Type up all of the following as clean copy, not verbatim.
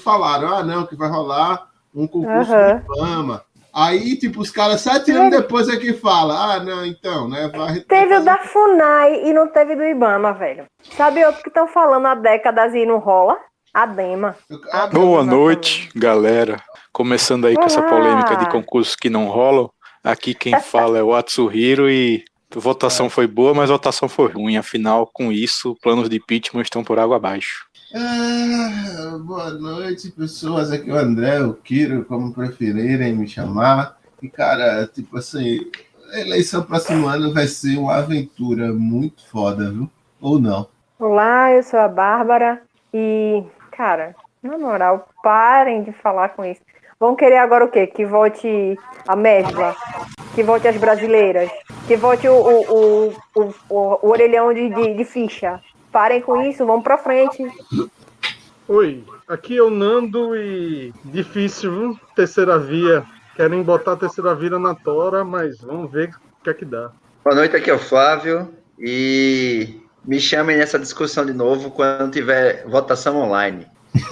falaram, não, que vai rolar um concurso do IBAMA. Aí, tipo, os caras 7 anos depois é que fala, não, então, né? Teve o da FUNAI e não teve do IBAMA, velho. Sabe outro que estão falando há décadas e não rola? A DEMA. Boa noite, galera. Começando aí com essa polêmica de concursos que não rolam. Aqui quem fala é o Atsuhiro e a votação foi boa, mas a votação foi ruim. Afinal, com isso, planos de impeachment estão por água abaixo. Boa noite, pessoas. Aqui é o André, o Kiro, como preferirem me chamar. E, cara, tipo assim, a eleição próximo ano vai ser uma aventura muito foda, viu? Ou não? Olá, eu sou a Bárbara e, cara, na moral, parem de falar com isso. Vão querer agora o quê? Que volte a mesma? Que volte as brasileiras? Que volte o orelhão de ficha? Parem com isso, vamos pra frente. Oi, aqui é o Nando e difícil, viu? Terceira via. Querem botar a terceira via na tora, mas vamos ver o que é que dá. Boa noite, aqui é o Flávio e me chamem nessa discussão de novo quando tiver votação online.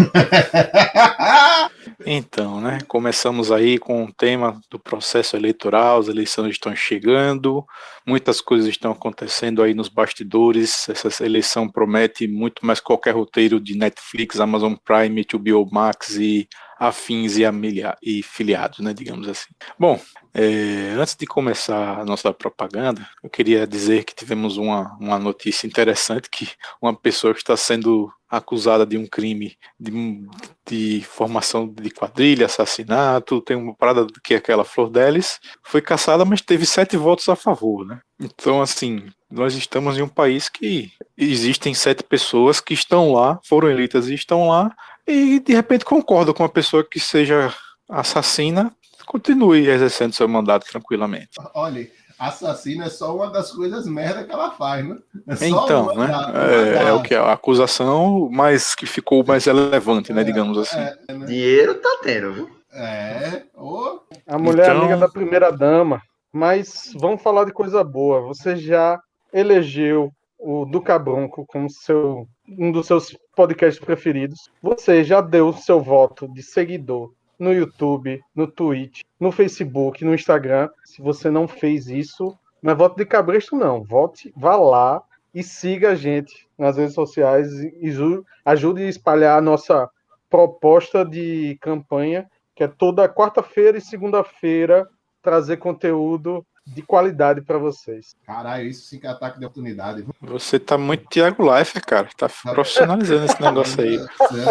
Então, né, começamos aí com o tema do processo eleitoral, as eleições estão chegando, muitas coisas estão acontecendo aí nos bastidores, essa eleição promete muito mais qualquer roteiro de Netflix, Amazon Prime, HBO Max e afins e filiados, né, digamos assim. Bom, antes de começar a nossa propaganda, eu queria dizer que tivemos uma notícia interessante, que uma pessoa que está sendo acusada de um crime de formação de quadrilha, assassinato, tem uma parada que é aquela Flor Delis, foi caçada, mas teve 7 votos a favor, né? Então, assim, nós estamos em um país que existem 7 pessoas que estão lá, foram eleitas e estão lá, e de repente concordam com uma pessoa que seja assassina, continue exercendo seu mandato tranquilamente. Olha, assassina é só uma das coisas merda que ela faz, né? Então, né? É o que a acusação, mas que ficou mais relevante, né? Digamos assim. Né? Dinheiro tá tendo, viu? A mulher amiga da primeira dama. Mas vamos falar de coisa boa. Você já elegeu o Duca Bronco como um dos seus podcasts preferidos. Você já deu o seu voto de seguidor no YouTube, no Twitch, no Facebook, no Instagram. Se você não fez isso, não é voto de cabresto, não. Vá lá e siga a gente nas redes sociais e ajude a espalhar a nossa proposta de campanha, que é toda quarta-feira e segunda-feira trazer conteúdo de qualidade para vocês. Caralho, isso sim que é ataque de oportunidade. Você tá muito Thiago Leifert, cara. Tá profissionalizando esse negócio aí.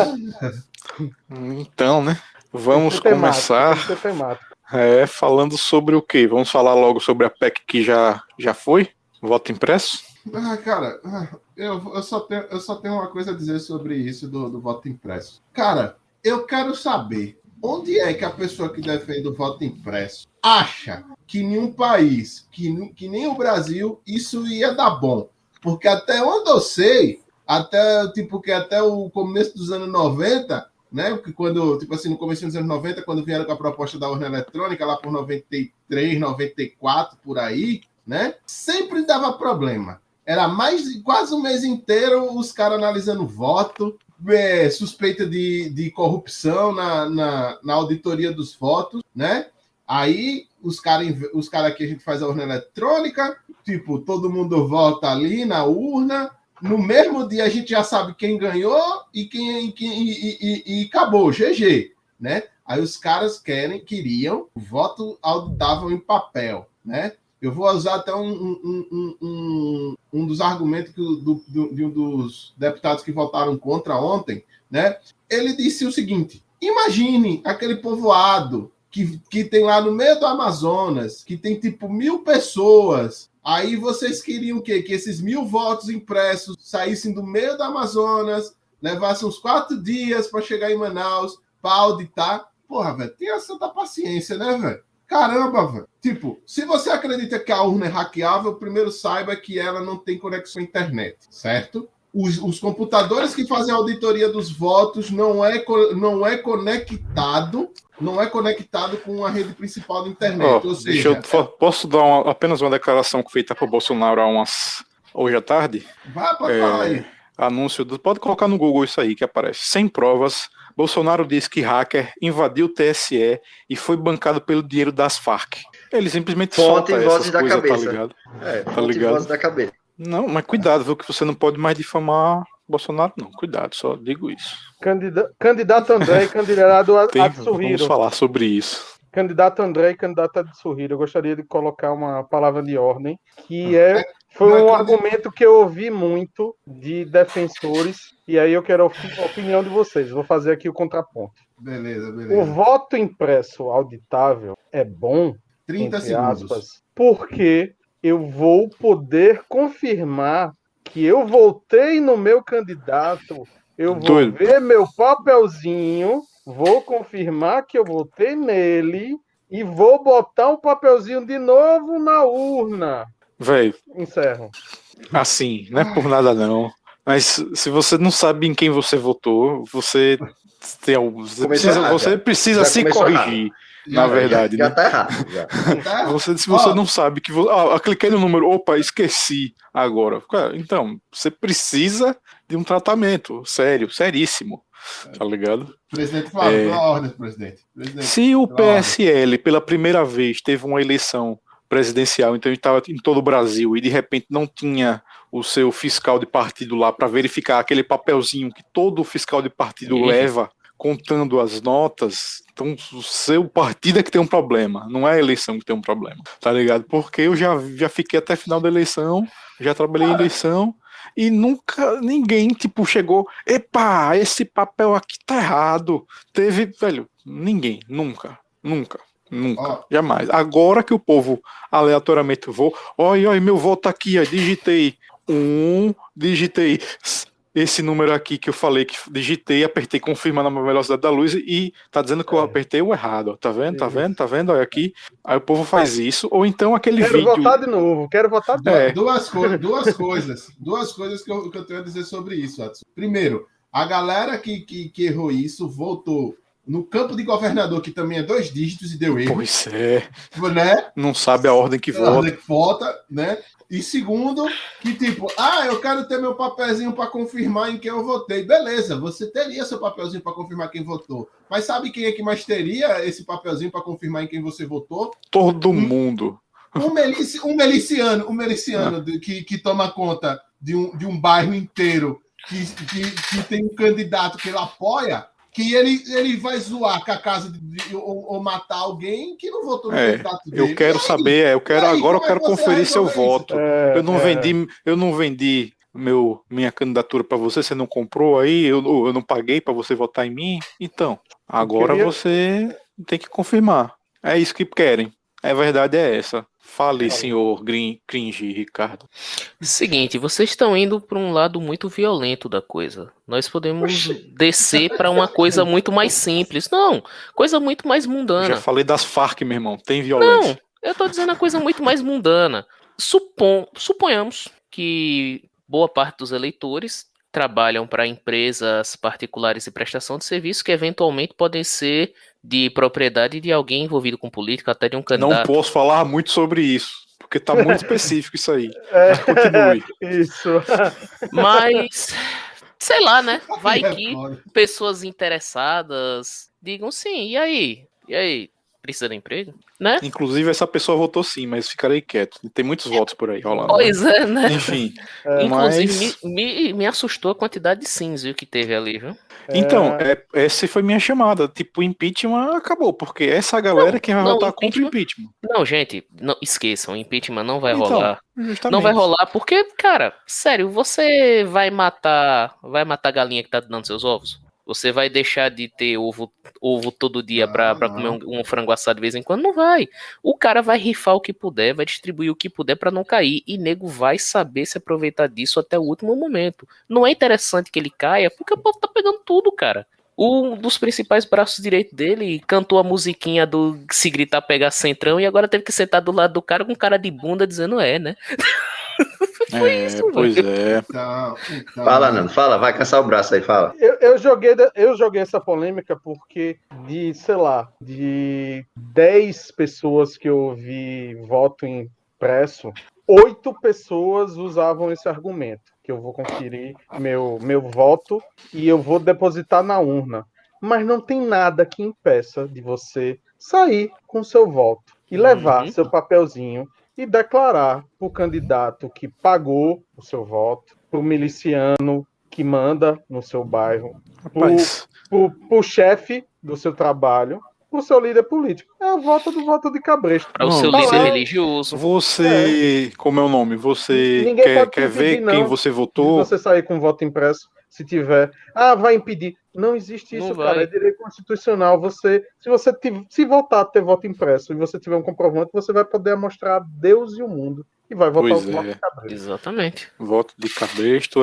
Então, né? Vamos começar falando sobre o quê? Vamos falar logo sobre a PEC que já foi? Voto impresso? Cara, eu só tenho uma coisa a dizer sobre isso do voto impresso. Cara, eu quero saber onde é que a pessoa que defende o voto impresso acha que em um país que nem o Brasil isso ia dar bom. Porque até onde eu sei, até o começo dos anos 90, né? Porque quando, tipo assim, no começo dos anos 90, quando vieram com a proposta da urna eletrônica, lá por 93, 94, por aí, né? Sempre dava problema. Era quase um mês inteiro os caras analisando voto, suspeita de corrupção na auditoria dos votos, né? Aí os caras que a gente faz a urna eletrônica, tipo, todo mundo vota ali na urna. No mesmo dia a gente já sabe quem ganhou e acabou, GG, né? Aí os caras queriam o voto auditável em papel, né? Eu vou usar até um dos argumentos de um dos deputados que votaram contra ontem, né? Ele disse o seguinte: imagine aquele povoado que tem lá no meio do Amazonas, que tem tipo 1.000 pessoas. Aí vocês queriam o quê? Que esses 1.000 votos impressos saíssem do meio do Amazonas, levassem uns 4 dias para chegar em Manaus, para auditar. Porra, velho, tenha santa paciência, né, velho? Caramba, velho. Tipo, se você acredita que a urna é hackeável, primeiro saiba que ela não tem conexão à internet, certo? Os computadores que fazem a auditoria dos votos não é conectado com a rede principal da internet. Ou seja, posso dar apenas uma declaração feita por Bolsonaro hoje à tarde? Pode falar aí. Anúncio, pode colocar no Google isso aí que aparece. Sem provas, Bolsonaro diz que hacker invadiu o TSE e foi bancado pelo dinheiro das Farc. Ele simplesmente Fonte solta e vozes essas da coisas, cabeça. tá ligado? Tá ligado? fonte e vozes da cabeça. Não, mas cuidado, viu, que você não pode mais difamar Bolsonaro, não. Cuidado, só digo isso. Candidato André e candidato Atsuhiro. Vamos falar sobre isso. Candidato André e candidato Atsuhiro. Eu gostaria de colocar uma palavra de ordem, foi um argumento que eu ouvi muito de defensores, e aí eu quero a opinião de vocês. Vou fazer aqui o contraponto. Beleza. O voto impresso auditável é bom, 30 entre segundos. aspas, porque eu vou poder confirmar que eu votei no meu candidato, eu vou ver meu papelzinho, vou confirmar que eu votei nele e vou botar um papelzinho de novo na urna. Velho. Encerro. Assim, não é por nada não. Mas se você não sabe em quem você votou, você precisa se corrigir. Errado. Na verdade, já né? tá errado. Já. Se você não sabe que cliquei no número, opa, esqueci agora. Cara, então, você precisa de um tratamento sério, seríssimo. Tá ligado? Presidente, pela ordem, presidente. Se o PSL, pela primeira vez, teve uma eleição presidencial, então ele estava em todo o Brasil e de repente não tinha o seu fiscal de partido lá para verificar aquele papelzinho que todo fiscal de partido leva contando as notas, então o seu partido é que tem um problema, não é a eleição que tem um problema, tá ligado? Porque eu já fiquei até final da eleição, já trabalhei em eleição e nunca ninguém, tipo, chegou, epa, esse papel aqui tá errado, velho, ninguém, nunca, jamais. Agora que o povo aleatoriamente olha, meu voto aqui, digitei esse número aqui que eu falei que digitei, apertei confirmar na velocidade da luz e tá dizendo que eu apertei o errado, tá vendo, olha aqui, aí o povo faz isso, ou então aquele vídeo... Quero votar de novo. Duas coisas que eu tenho a dizer sobre isso, Adson. Primeiro, a galera que errou isso votou no campo de governador, que também é 2 dígitos e deu erro. Pois é. Né? Não sabe a ordem que vota. Né? E segundo, que tipo, eu quero ter meu papelzinho para confirmar em quem eu votei. Beleza, você teria seu papelzinho para confirmar quem votou. Mas sabe quem é que mais teria esse papelzinho para confirmar em quem você votou? Todo mundo. Um miliciano que toma conta de um bairro inteiro, que tem um candidato que ele apoia, que ele vai zoar com a casa ou matar alguém que não votou no candidato dele. Eu quero saber, eu quero conferir seu voto. Eu não vendi minha candidatura para você não comprou aí, eu não paguei para você votar em mim. Então, agora você tem que confirmar. É isso que querem. A verdade é essa. Fale, senhor Cringe, Ricardo. Seguinte, vocês estão indo para um lado muito violento da coisa. Nós podemos descer para uma coisa muito mais simples. Não, coisa muito mais mundana. Já falei das Farc, meu irmão. Tem violência. Não, eu tô dizendo a coisa muito mais mundana. Suponhamos que boa parte dos eleitores trabalham para empresas particulares de prestação de serviço que eventualmente podem ser de propriedade de alguém envolvido com política, até de um candidato. Não posso falar muito sobre isso, porque tá muito específico isso aí. Mas continue. Isso. Mas, sei lá, né? Vai que pessoas interessadas digam sim, e aí? Precisa de emprego? Né? Inclusive, essa pessoa votou sim, mas ficarei quieto. Tem muitos votos por aí rolando. Pois é, né? Enfim. Inclusive, me assustou a quantidade de sims, viu, que teve ali, viu? Então, essa foi minha chamada. Tipo, o impeachment acabou, porque essa galera que vai votar contra o impeachment. Não, gente, não esqueçam, o impeachment não vai rolar. Justamente. Não vai rolar porque, cara, sério, você vai matar a galinha que tá dando seus ovos? Você vai deixar de ter ovo todo dia pra comer um frango assado de vez em quando? Não vai. O cara vai rifar o que puder, vai distribuir o que puder pra não cair. E nego vai saber se aproveitar disso até o último momento. Não é interessante que ele caia, porque o povo tá pegando tudo, cara. Um dos principais braços direitos dele cantou a musiquinha do Se Gritar Pegar Centrão e agora teve que sentar do lado do cara com cara de bunda dizendo né? Foi isso, pois mano. Então, fala, Nando, fala, vai cansar o braço aí, fala. Eu joguei essa polêmica porque de 10 pessoas que eu vi voto impresso, 8 pessoas usavam esse argumento. que eu vou conferir meu voto e eu vou depositar na urna. Mas não tem nada que impeça de você sair com seu voto e levar seu papelzinho e declarar para o candidato que pagou o seu voto, para o miliciano que manda no seu bairro, para o chefe do seu trabalho, para o seu líder político. É o voto de cabresto. Para o seu líder religioso. Você, como é o nome? Você quer ver quem você votou? Se você sair com voto impresso, se tiver, vai impedir. Não existe isso, cara. É direito constitucional. Se voltar a ter voto impresso e você tiver um comprovante, você vai poder mostrar a Deus e o mundo e vai votar o voto de cabresto. Exatamente. Voto de cabresto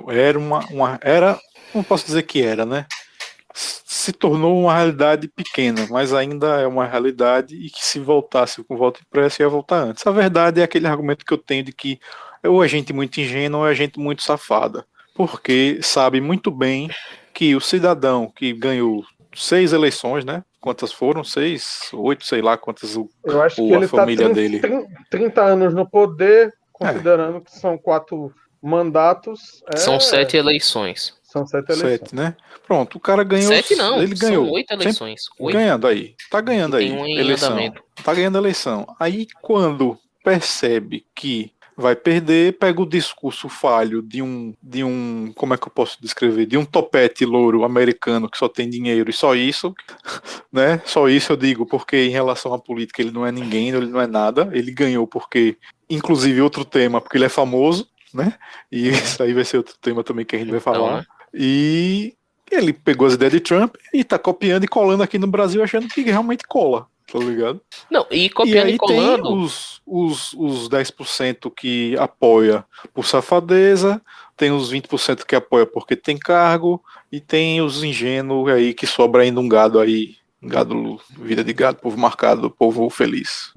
era, não posso dizer que era, né? Se tornou uma realidade pequena, mas ainda é uma realidade e que se voltasse com voto impresso ia voltar antes. A verdade é aquele argumento que eu tenho de que ou é gente muito ingênua ou é gente muito safada, porque sabe muito bem que o cidadão que ganhou 6 eleições, né? Quantas foram? 6, 8, sei lá quantas eu acho que ele família tá dele. 30 anos no poder, considerando que são 4 mandatos. São 7 eleições. São 7 eleições. 7, né? Pronto, o cara ganhou. 7 não, ele ganhou. são 8 eleições. 8. Ganhando aí. Tá ganhando aí. Tem Eleição. andamento. Tá ganhando eleição. Aí quando percebe que vai perder, pega o discurso falho de um, como é que eu posso descrever? De um topete louro americano que só tem dinheiro e só isso, né? Só isso eu digo, porque em relação à política ele não é ninguém, ele não é nada. Ele ganhou porque, inclusive outro tema, porque ele é famoso, né? E isso aí vai ser outro tema também que a gente vai falar. Né? E ele pegou as ideias de Trump e tá copiando e colando aqui no Brasil, achando que realmente cola, tá ligado? Não, e copiando e colando. Tem os 10% que apoia por safadeza, tem os 20% que apoia porque tem cargo, e tem os ingênuos aí que sobra ainda um gado aí, vida de gado, povo marcado, povo feliz.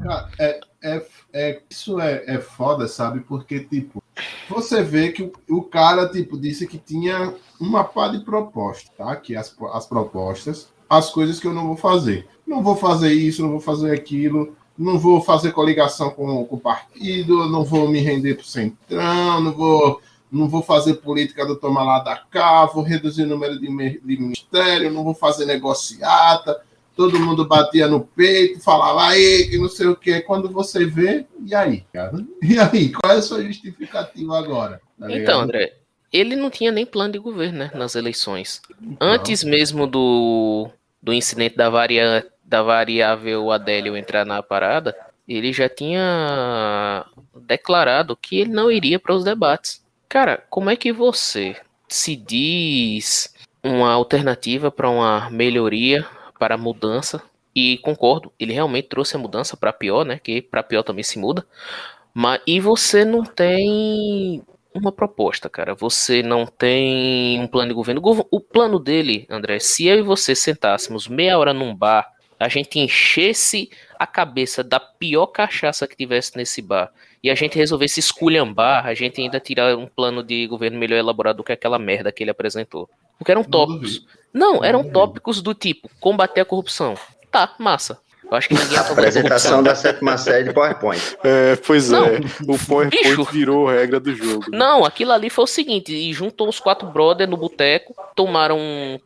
Isso é foda, sabe? Porque, tipo, você vê que o cara, tipo, disse que tinha uma pá de proposta, tá? Que as propostas, as coisas que eu não vou fazer. Não vou fazer isso, não vou fazer aquilo, não vou fazer coligação com o partido, não vou me render pro centrão, não vou fazer política do tomar lá da cá, vou reduzir o número de ministério, não vou fazer negociata. Todo mundo batia no peito, falava aí, que não sei o quê. Quando você vê, e aí, cara? E aí, qual é a sua justificativa agora? Tá então, André, ele não tinha nem plano de governo, né, nas eleições. Antes mesmo do incidente da variável Adélio entrar na parada, ele já tinha declarado que ele não iria para os debates. Cara, como é que você se diz uma alternativa para uma melhoria, para a mudança? E concordo, ele realmente trouxe a mudança para pior, né? Que para pior também se muda. E você não tem uma proposta, cara. Você não tem um plano de governo. O plano dele, André, se eu e você sentássemos meia hora num bar, a gente enchesse a cabeça da pior cachaça que tivesse nesse bar e a gente resolvesse esculhambar, a gente ainda tirar um plano de governo melhor elaborado do que aquela merda que ele apresentou. Porque eram tópicos. Não, eram tópicos do tipo combater a corrupção. Tá, massa. Eu acho que ninguém apresentação da 7ª série de PowerPoint. Pois não, é. O PowerPoint virou regra do jogo. Não, aquilo ali foi o seguinte: e juntou os 4 brothers no boteco, tomaram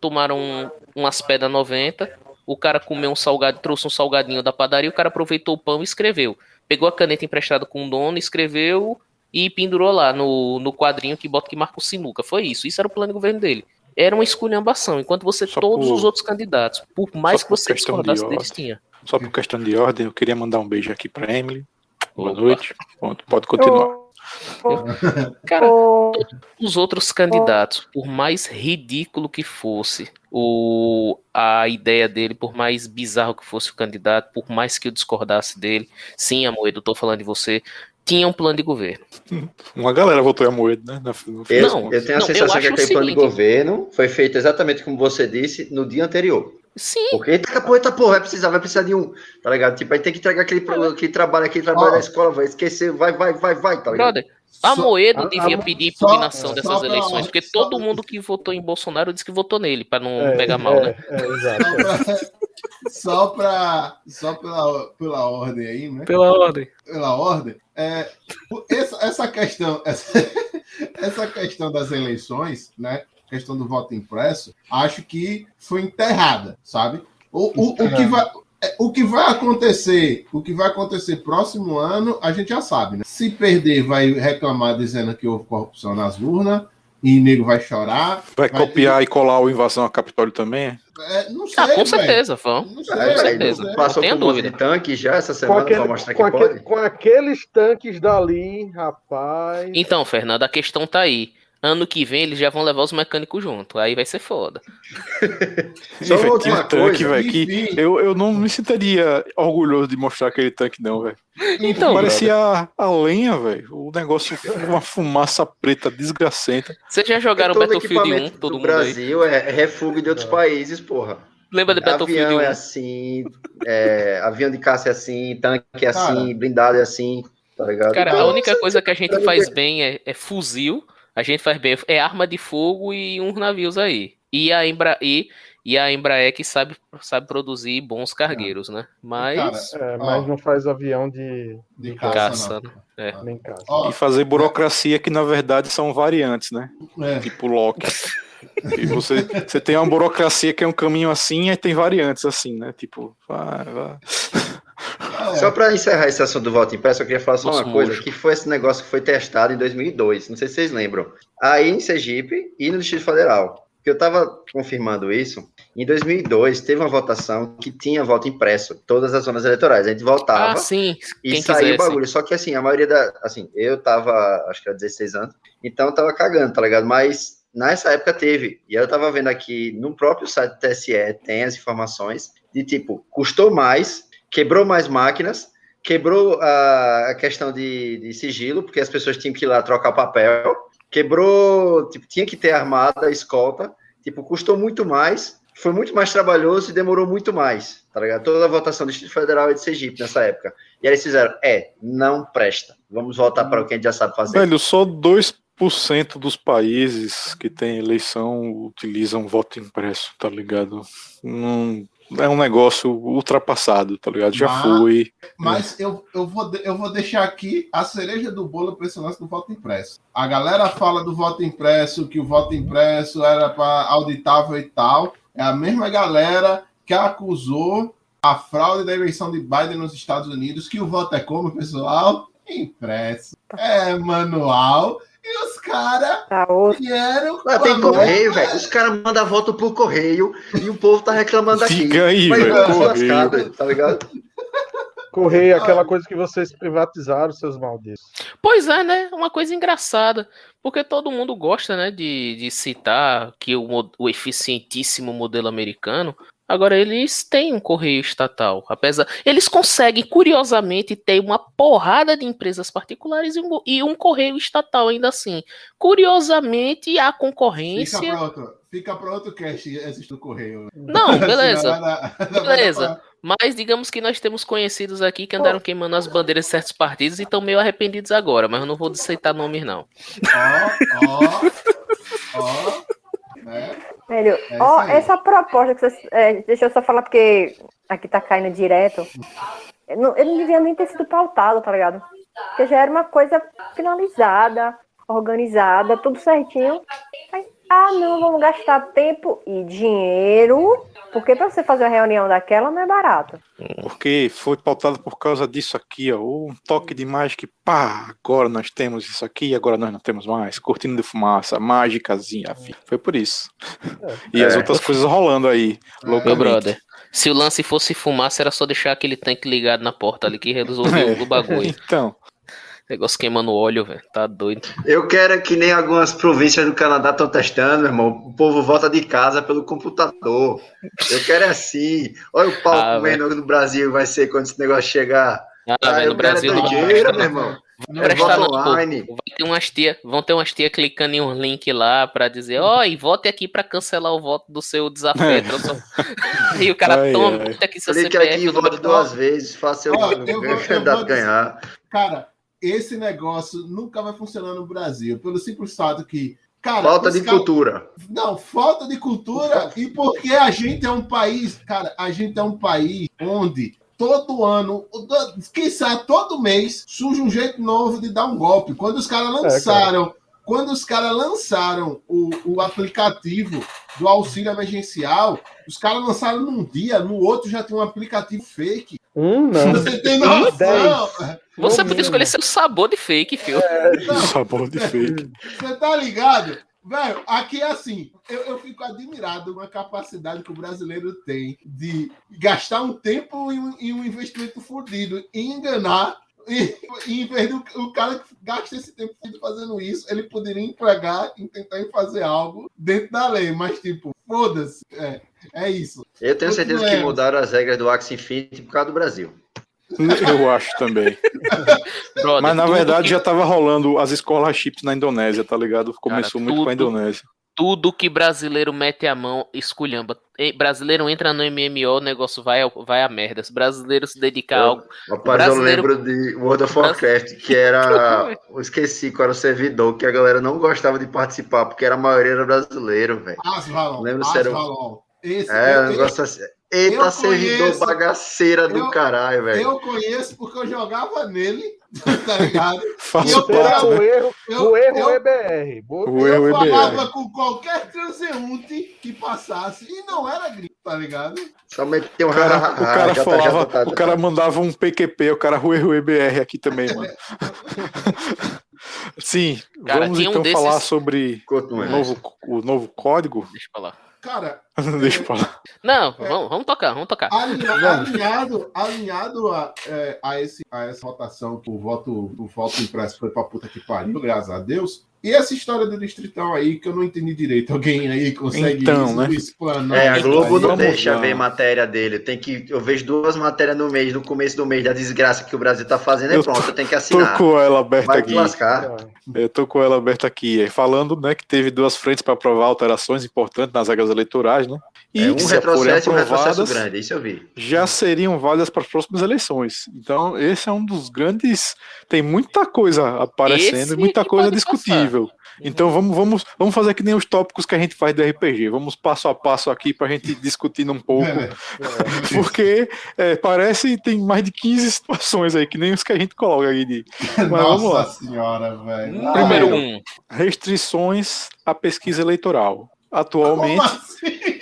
umas pedras 90. O cara comeu um salgado, trouxe um salgadinho da padaria, o cara aproveitou o pão e escreveu. Pegou a caneta emprestada com o dono, escreveu e pendurou lá no quadrinho que bota que marca o sinuca. Foi isso. Isso era o plano de governo dele. Era uma esculhambação, enquanto todos os outros candidatos, por mais que você discordasse deles, tinha. Só por questão de ordem, eu queria mandar um beijo aqui pra Emily. Boa noite. Pode continuar. Cara, todos os outros candidatos, por mais ridículo que fosse a ideia dele, por mais bizarro que fosse o candidato, por mais que eu discordasse dele, sim, Amoedo, eu tô falando de você, tinha um plano de governo. Uma galera votou em Amoedo, né? Eu tenho a sensação que aquele plano de governo foi feito exatamente como você disse no dia anterior. Sim. Porque eita porra, vai precisar de um, tá ligado? Tipo, aí tem que entregar aquele trabalho da escola, vai esquecer, vai, tá ligado? Brother, Amoedo devia pedir impugnação dessas eleições, porque todo mundo que votou em Bolsonaro disse que votou nele, pra não pegar mal, né? Exato. só pela ordem aí, né? Pela ordem. Pela ordem. Essa questão das eleições, né? Questão do voto impresso, acho que foi enterrada, sabe? O que vai acontecer próximo ano, a gente já sabe, né? Se perder, vai reclamar dizendo que houve corrupção nas urnas, e nego vai chorar. Vai copiar e colar o invasão a Capitólio também? Não sei, com certeza, vão. Não sei, Com certeza. Passou Não tenha por um monte dúvida. de tanque já essa semana pra mostrar que pode? Com aqueles tanques dali, rapaz. Então, Fernando, a questão tá aí. Ano que vem eles já vão levar os mecânicos junto. Aí vai ser foda. Só uma última tanque, coisa. velho, que eu não me sentiria orgulhoso de mostrar aquele tanque, não, velho. Então, parecia a lenha, velho. O negócio, uma fumaça preta desgracenta. Vocês já jogaram todo Battlefield 1, equipamento todo do mundo aí? Brasil é refúgio de outros países, porra. Lembra de Battlefield Avião 1? é assim, avião de caça é assim, tanque é assim, Cara, blindado é assim, tá ligado? Cara, Então, a única coisa que a gente faz bem é fuzil. A gente faz bem é arma de fogo e uns navios aí. E a Embraer que sabe produzir bons cargueiros, né? Mas Mas não faz avião de caça, não. né? nem caça. E fazer burocracia que, na verdade, são variantes, né? Tipo Loki. E você tem uma burocracia que é um caminho assim, e tem variantes assim, né? Tipo, vai. Só para encerrar esse assunto do voto impresso, eu queria falar só uma coisa, mojo. que foi esse negócio que foi testado em 2002, não sei se vocês lembram, aí em Sergipe e no Distrito Federal, que eu estava confirmando isso, em 2002 teve uma votação que tinha voto impresso, todas as zonas eleitorais, a gente votava Sim. e Quem saiu o quisesse. bagulho, só que assim, a maioria eu tava, acho que era 16 anos, então eu tava cagando, tá ligado, mas nessa época teve, e eu tava vendo aqui, no próprio site do TSE, tem as informações de tipo, custou mais, quebrou mais máquinas, quebrou a questão de sigilo, porque as pessoas tinham que ir lá trocar papel, quebrou, tipo, tinha que ter armada, escolta, tipo, custou muito mais, foi muito mais trabalhoso e demorou muito mais, tá ligado? Toda a votação do Distrito Federal é de Sergipe nessa época. E aí eles fizeram, não presta, vamos voltar para o que a gente já sabe fazer. Velho, só 2% dos países que tem eleição utilizam voto impresso, tá ligado? Não... É um negócio ultrapassado, tá ligado? Já foi. Mas eu vou deixar aqui a cereja do bolo para esse lance do voto impresso. A galera fala do voto impresso, que o voto impresso era para auditável e tal. É a mesma galera que acusou a fraude da eleição de Biden nos Estados Unidos, que o voto é como, pessoal? Impresso. É manual. E os caras vieram... Tem correio, velho. Os caras mandam voto por correio e o povo tá reclamando aqui. Fica aí, mas velho. lascado, tá ligado? Correio, aquela coisa que vocês privatizaram, seus malditos. Pois é, né? Uma coisa engraçada. Porque todo mundo gosta, né, de citar que o eficientíssimo modelo americano. Agora, eles têm um correio estatal. Eles conseguem, curiosamente, ter uma porrada de empresas particulares e um correio estatal ainda assim. Curiosamente, a concorrência... Fica para outro cast esse do correio. Não, beleza. Beleza. Mas digamos que nós temos conhecidos aqui que andaram queimando as bandeiras de certos partidos e estão meio arrependidos agora, mas eu não vou aceitar nomes, não. Velho, essa proposta que vocês... deixa eu só falar, porque aqui tá caindo direto. Eu não devia nem ter sido pautado, tá ligado? Porque já era uma coisa finalizada, organizada, tudo certinho. Aí, não, vamos gastar tempo e dinheiro, porque pra você fazer uma reunião daquela não é barato. Porque foi pautado por causa disso aqui, ó. Um toque de mágica e pá, agora nós temos isso aqui, agora nós não temos mais. Cortina de fumaça, mágicazinha. Foi por isso. E as outras coisas rolando aí. Meu brother, se o lance fosse fumaça, era só deixar aquele tanque ligado na porta ali que resolveu o bagulho. Então. Negócio queimando óleo, velho. Tá doido. Eu quero que nem algumas províncias do Canadá estão testando, meu irmão. O povo volta de casa pelo computador. Eu quero assim. Olha o pau comendo no Brasil vai ser quando esse negócio chegar. Velho, no Brasil não vai presta, meu irmão. Prestar online. Vão ter umas tia clicando em um link lá pra dizer, e vote aqui pra cancelar o voto do seu desafeto. E o cara toma, aqui seu CPF. Clique aqui e vote 2 vezes, faça o candidato ganhar. Cara, esse negócio nunca vai funcionar no Brasil, pelo simples fato que Cara, falta de cultura. Não, falta de cultura e porque a gente é um país, cara, a gente é um país onde todo ano, quiçá todo mês, surge um jeito novo de dar um golpe. Quando os caras lançaram o aplicativo do auxílio emergencial, os caras lançaram num dia, no outro já tem um aplicativo fake. Não. Você tem noção? Você podia escolher seu sabor de fake, filho. Sabor de fake. Você tá ligado? Velho, aqui é assim, eu fico admirado com a capacidade que o brasileiro tem de gastar um tempo e um investimento fodido e enganar. E em vez do o cara que gasta esse tempo fazendo isso, ele poderia empregar e tentar fazer algo dentro da lei. Mas, tipo, foda-se. É isso. Eu tenho certeza que mudaram as regras do Axie Infinity por causa do Brasil. Eu acho também. Brother, mas na verdade já tava rolando as scholarships na Indonésia, tá ligado? Começou muito com a Indonésia. Tudo que brasileiro mete a mão, esculhamba. Brasileiro entra no MMO, o negócio vai a merda. Se brasileiro se dedicar a algo... Rapaz, eu lembro de World of Warcraft, que era... Eu esqueci qual era o servidor, que a galera não gostava de participar, porque a maioria era brasileiro, velho. Asvalon. Lembro se era... um negócio assim... Eita, servidor bagaceira do caralho, velho. Eu conheço porque eu jogava nele, tá ligado? O erro é BR. Eu falava com qualquer transeunte que passasse e não era gringo, tá ligado? Somente tem um o cara falava, o cara mandava um PQP, o cara Rue BR aqui também, mano. Sim, cara, vamos então falar sobre o novo código. Deixa eu falar. Cara, deixa eu falar. Não, vamos tocar. Alinhado a essa votação que o voto impresso foi pra puta que pariu, graças a Deus. E essa história do Distritão aí, que eu não entendi direito. Alguém aí consegue explanar? A Globo não deixa ver matéria dele. Eu vejo 2 matérias no mês, no começo do mês, da desgraça que o Brasil tá fazendo, e pronto, eu tenho que assinar. Tô com ela aberta Vai aqui. lascar. Eu tô com ela aberta aqui, falando, né, que teve 2 frentes para aprovar alterações importantes nas regras eleitorais, né? E um retrocesso e um retrocesso grande, isso eu vi. Já seriam válidas para as próximas eleições. Então, esse é um dos grandes... Tem muita coisa aparecendo e muita coisa discutível. Então, vamos fazer que nem os tópicos que a gente faz do RPG. Vamos passo a passo aqui para a gente discutir um pouco. Porque parece que tem mais de 15 situações aí, que nem os que a gente coloca aí. Mas vamos lá. Senhora, velho. Primeiro, restrições à pesquisa eleitoral. Atualmente... Como assim?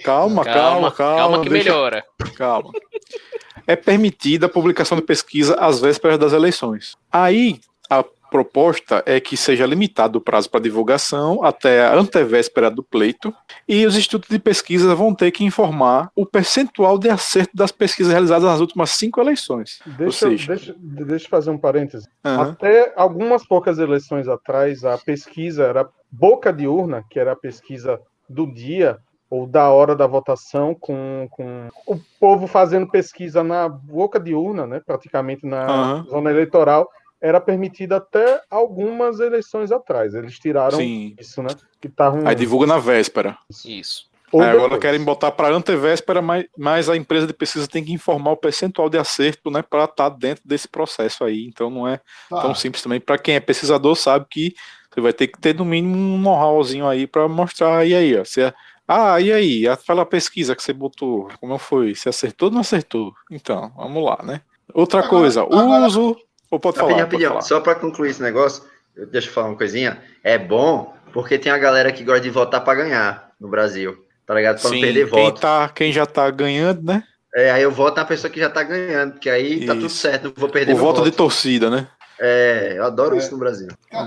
Calma que melhora. Calma. É permitida a publicação de pesquisa às vésperas das eleições. Aí, a proposta é que seja limitado o prazo para divulgação até a antevéspera do pleito, e os institutos de pesquisa vão ter que informar o percentual de acerto das pesquisas realizadas nas últimas 5 eleições. Deixa eu fazer um parêntese. Até algumas poucas eleições atrás, a pesquisa era boca de urna, que era a pesquisa do dia, ou da hora da votação, com o povo fazendo pesquisa na boca de urna, né, praticamente na zona eleitoral, era permitida até algumas eleições atrás. Eles tiraram isso, né? Que tavam... Aí divulga na véspera. Isso. Agora querem botar para antevéspera, mas a empresa de pesquisa tem que informar o percentual de acerto, né, para estar dentro desse processo aí. Então não é tão simples também. Para quem é pesquisador sabe que você vai ter que ter no mínimo um know-howzinho aí para mostrar. E aí, ó, e aí? Aquela pesquisa que você botou, como foi? Você acertou ou não acertou? Então, vamos lá, né? Outra coisa, uso... Ou pode falar, rapidinho. Só para concluir esse negócio, deixa eu falar uma coisinha. É bom porque tem a galera que gosta de votar para ganhar no Brasil, tá ligado? Para não perder voto. Quem já tá ganhando, né? Aí eu voto na pessoa que já tá ganhando, porque aí tá tudo certo, não vou perder o voto de torcida, né? Eu adoro isso no Brasil.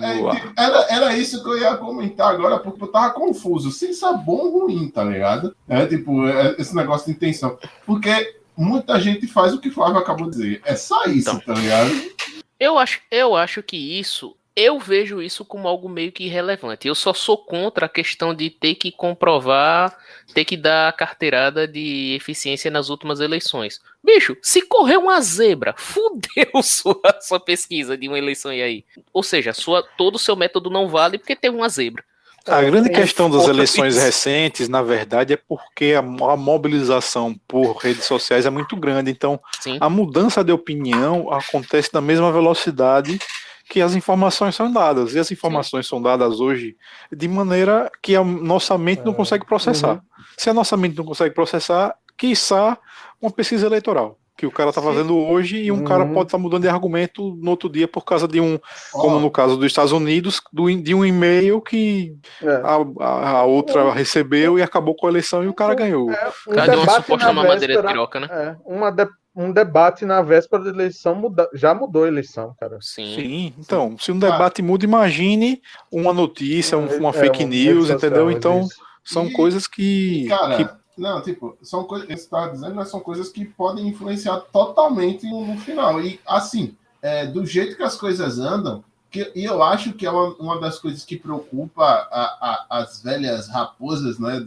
Era isso que eu ia comentar agora, porque eu tava confuso, sem ser bom ou ruim, tá ligado? Esse negócio de intenção. Porque muita gente faz o que o Flávio acabou de dizer. É só isso, então, tá ligado? Eu acho que eu vejo isso como algo meio que irrelevante. Eu só sou contra a questão de ter que comprovar, ter que dar carteirada de eficiência nas últimas eleições. Bicho, se correr uma zebra, fudeu sua pesquisa de uma eleição aí. Ou seja, todo o seu método não vale porque tem uma zebra. A grande questão das eleições recentes, na verdade, é porque a mobilização por redes sociais é muito grande. Então, a mudança de opinião acontece na mesma velocidade que as informações são dadas. E as informações são dadas hoje de maneira que a nossa mente não consegue processar. Se a nossa mente não consegue processar, quiçá uma pesquisa eleitoral que o cara está fazendo hoje e um cara pode estar mudando de argumento no outro dia por causa de como no caso dos Estados Unidos, de um e-mail que a outra recebeu e acabou com a eleição e o cara ganhou. Cadê uma suposta mamadeira de piroca, né? Um debate na véspera da eleição já mudou a eleição, cara. Sim. Então, se um debate muda, imagine uma notícia, uma fake news, entendeu? Então, são coisas que... Cara, não, tipo, são coisas que você estava dizendo, mas são coisas que podem influenciar totalmente no final. E, assim, do jeito que as coisas andam, e eu acho que é uma das coisas que preocupa as velhas raposas, né,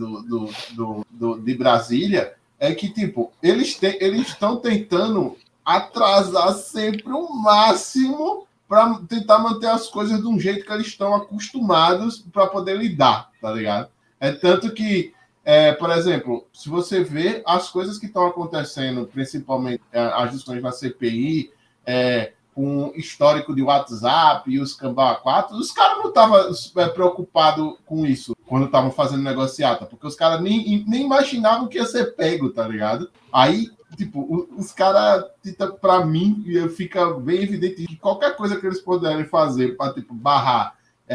de Brasília, é que, tipo, eles estão tentando atrasar sempre o máximo para tentar manter as coisas de um jeito que eles estão acostumados para poder lidar, tá ligado? É tanto que, por exemplo, se você vê as coisas que estão acontecendo, principalmente as discussões na CPI, com histórico de WhatsApp e os Cambau 4, os caras não estavam preocupados com isso quando estavam fazendo negociata, porque os caras nem imaginavam que ia ser pego, tá ligado? Aí, tipo, os caras, pra mim, fica bem evidente que qualquer coisa que eles puderem fazer para, tipo, barrar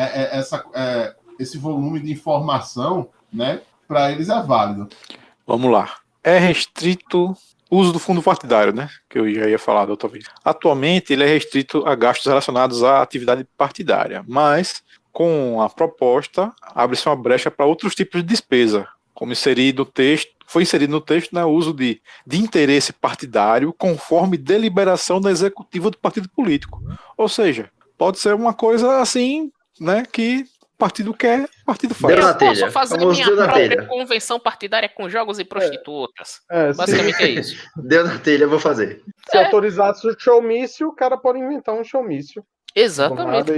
esse volume de informação, né, para eles é válido. Vamos lá. É restrito uso do fundo partidário, né? Que eu já ia falar da outra vez. Atualmente, ele é restrito a gastos relacionados à atividade partidária, mas com a proposta abre-se uma brecha para outros tipos de despesa, como foi inserido no texto, né, o uso de interesse partidário conforme deliberação da executiva do partido político. Ou seja, pode ser uma coisa assim, né, que partido quer, partido faz. Eu posso fazer minha própria convenção partidária com jogos e prostitutas. Basicamente é isso. Deu na telha, eu vou fazer. Se autorizasse o showmício, o cara pode inventar um showmício. Exatamente.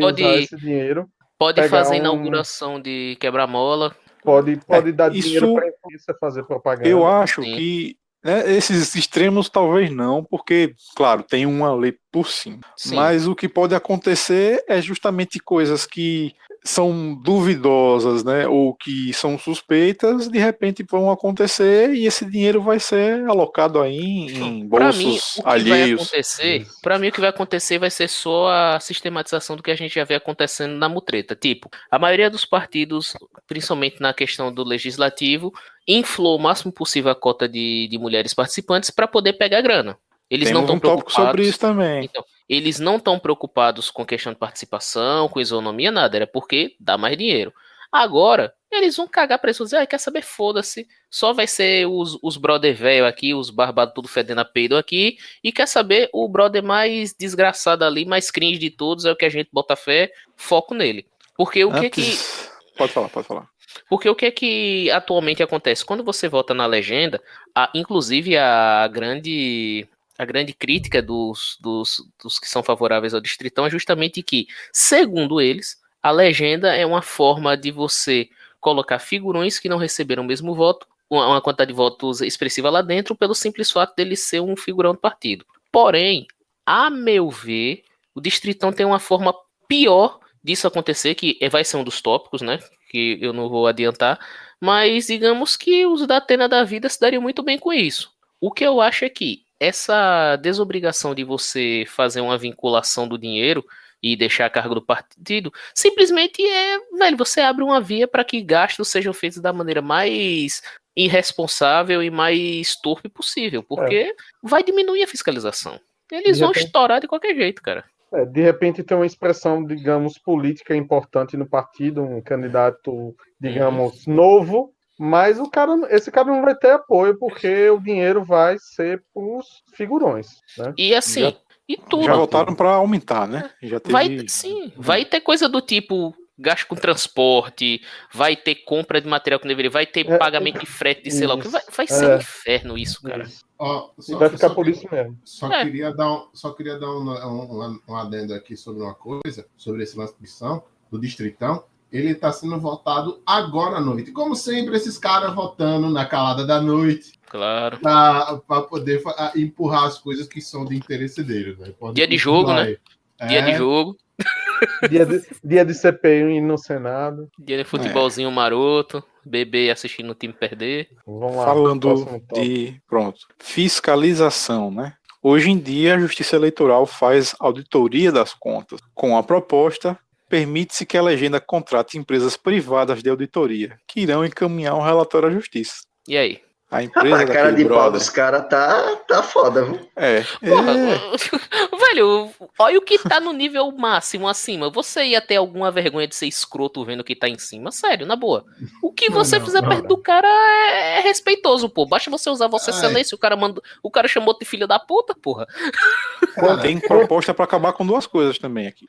Pode fazer inauguração de quebra-mola. Pode dar dinheiro para a imprensa fazer propaganda. Eu acho que esses extremos talvez não, porque, claro, tem uma lei por cima. Sim. Mas o que pode acontecer é justamente coisas que são duvidosas, né, ou que são suspeitas, de repente vão acontecer e esse dinheiro vai ser alocado aí em bolsos alheios. Para mim, o que vai acontecer vai ser só a sistematização do que a gente já vê acontecendo na mutreta. Tipo, a maioria dos partidos, principalmente na questão do legislativo, inflou o máximo possível a cota de mulheres participantes para poder pegar grana. Eles não estão preocupados sobre isso também. Então, eles não estão preocupados com questão de participação, com isonomia, nada. Era porque dá mais dinheiro. Agora, eles vão cagar pra isso. Dizer, quer saber? Foda-se. Só vai ser os brother velho aqui, os barbados tudo fedendo a peido aqui. E quer saber? O brother mais desgraçado ali, mais cringe de todos, é o que a gente bota fé, foco nele. Porque o que. Pode falar. Porque o que atualmente acontece? Quando você vota na legenda, inclusive a grande crítica dos que são favoráveis ao Distritão é justamente que, segundo eles, a legenda é uma forma de você colocar figurões que não receberam o mesmo voto, uma quantidade de votos expressiva lá dentro, pelo simples fato dele ser um figurão do partido. Porém, a meu ver, o Distritão tem uma forma pior disso acontecer, que vai ser um dos tópicos, né, que eu não vou adiantar, mas digamos que os da Atena da vida se dariam muito bem com isso. O que eu acho é que essa desobrigação de você fazer uma vinculação do dinheiro e deixar a cargo do partido, simplesmente você abre uma via para que gastos sejam feitos da maneira mais irresponsável e mais torpe possível, porque vai diminuir a fiscalização. Eles vão estourar de qualquer jeito, cara. De repente tem uma expressão, digamos, política importante no partido, um candidato, digamos, novo, mas esse cara não vai ter apoio porque o dinheiro vai ser pros figurões, né? E assim, tudo. Já votaram para aumentar, né? Já teve... Vai ter coisa do tipo gasto com transporte, vai ter compra de material que deveria, vai ter pagamento de frete de sei lá o que. Vai ser um inferno isso, cara. Vai ficar por isso mesmo. Só queria dar um adendo aqui sobre uma coisa, sobre esse lance do Distritão. Ele está sendo votado agora à noite. Como sempre, esses caras votando na calada da noite. Claro. Para poder empurrar as coisas que são de interesse deles. Né? Dia de jogo, né? Dia de jogo. Dia de CPI no Senado. Dia de futebolzinho maroto, bebê assistindo o time perder. Vamos lá. Falando de, fiscalização, né? Hoje em dia, a Justiça Eleitoral faz auditoria das contas. Com a proposta, permite-se que a legenda contrate empresas privadas de auditoria, que irão encaminhar um relatório à Justiça. E aí? A empresa A cara de pau brother, dos caras tá foda, viu? Porra, velho, olha o que tá no nível máximo acima. Você ia ter alguma vergonha de ser escroto vendo o que tá em cima? Sério, na boa. O que você fizer perto do cara é respeitoso, pô. Basta você usar Vossa Excelência. O cara chamou de filho da puta, porra. Tem proposta pra acabar com duas coisas também aqui.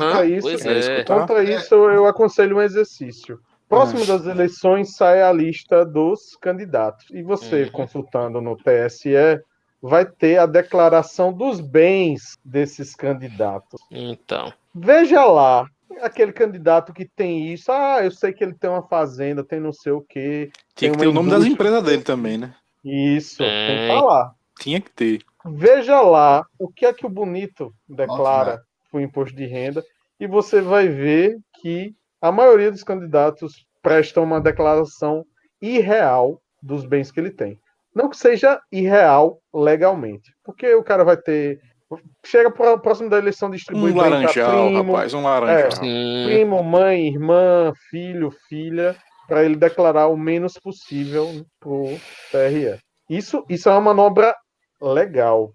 Contra isso, eu aconselho um exercício. Próximo das eleições sai a lista dos candidatos. E você, consultando no TSE, vai ter a declaração dos bens desses candidatos. Então. Veja lá, aquele candidato que tem isso. Eu sei que ele tem uma fazenda, tem não sei o quê. Tinha que ter o nome das empresas dele também, né? Isso, tem que falar. Tinha que ter. Veja lá o que é que o Bonito declara para o imposto de renda e você vai ver que a maioria dos candidatos prestam uma declaração irreal dos bens que ele tem. Não que seja irreal legalmente, porque o cara vai ter... Chega próximo da eleição, distribui um laranjal, rapaz, um laranjal. Primo, mãe, irmã, filho, filha, para ele declarar o menos possível pro TRE. Isso é uma manobra legal.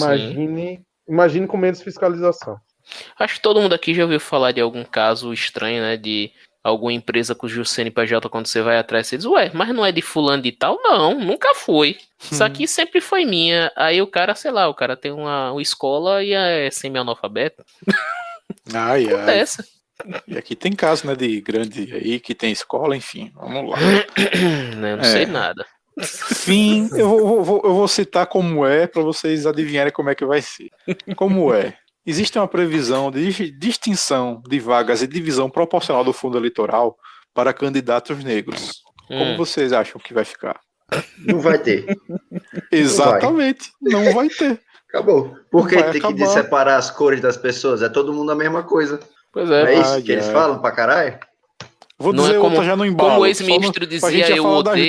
Imagine com menos fiscalização. Acho que todo mundo aqui já ouviu falar de algum caso estranho, né? De alguma empresa cujo CNPJ, quando você vai atrás, você diz, mas não é de fulano de tal? Não, nunca foi. Isso aqui sempre foi minha. Aí o cara, sei lá, o cara tem uma escola e é semi-analfabeto. Acontece. E aqui tem caso, né, de grande aí, que tem escola, enfim, vamos lá. Não sei nada. Enfim, eu vou citar como é, para vocês adivinharem como é que vai ser. Como é? Existe uma previsão de distinção de vagas e divisão proporcional do fundo eleitoral para candidatos negros. Como vocês acham que vai ficar? Não vai ter. Exatamente, não vai ter. Acabou. Porque tem que separar as cores das pessoas. É todo mundo a mesma coisa. Pois é. Não é isso que eles falam pra caralho? Vou dizer outra já no embalo. Como o ex-ministro dizia, eu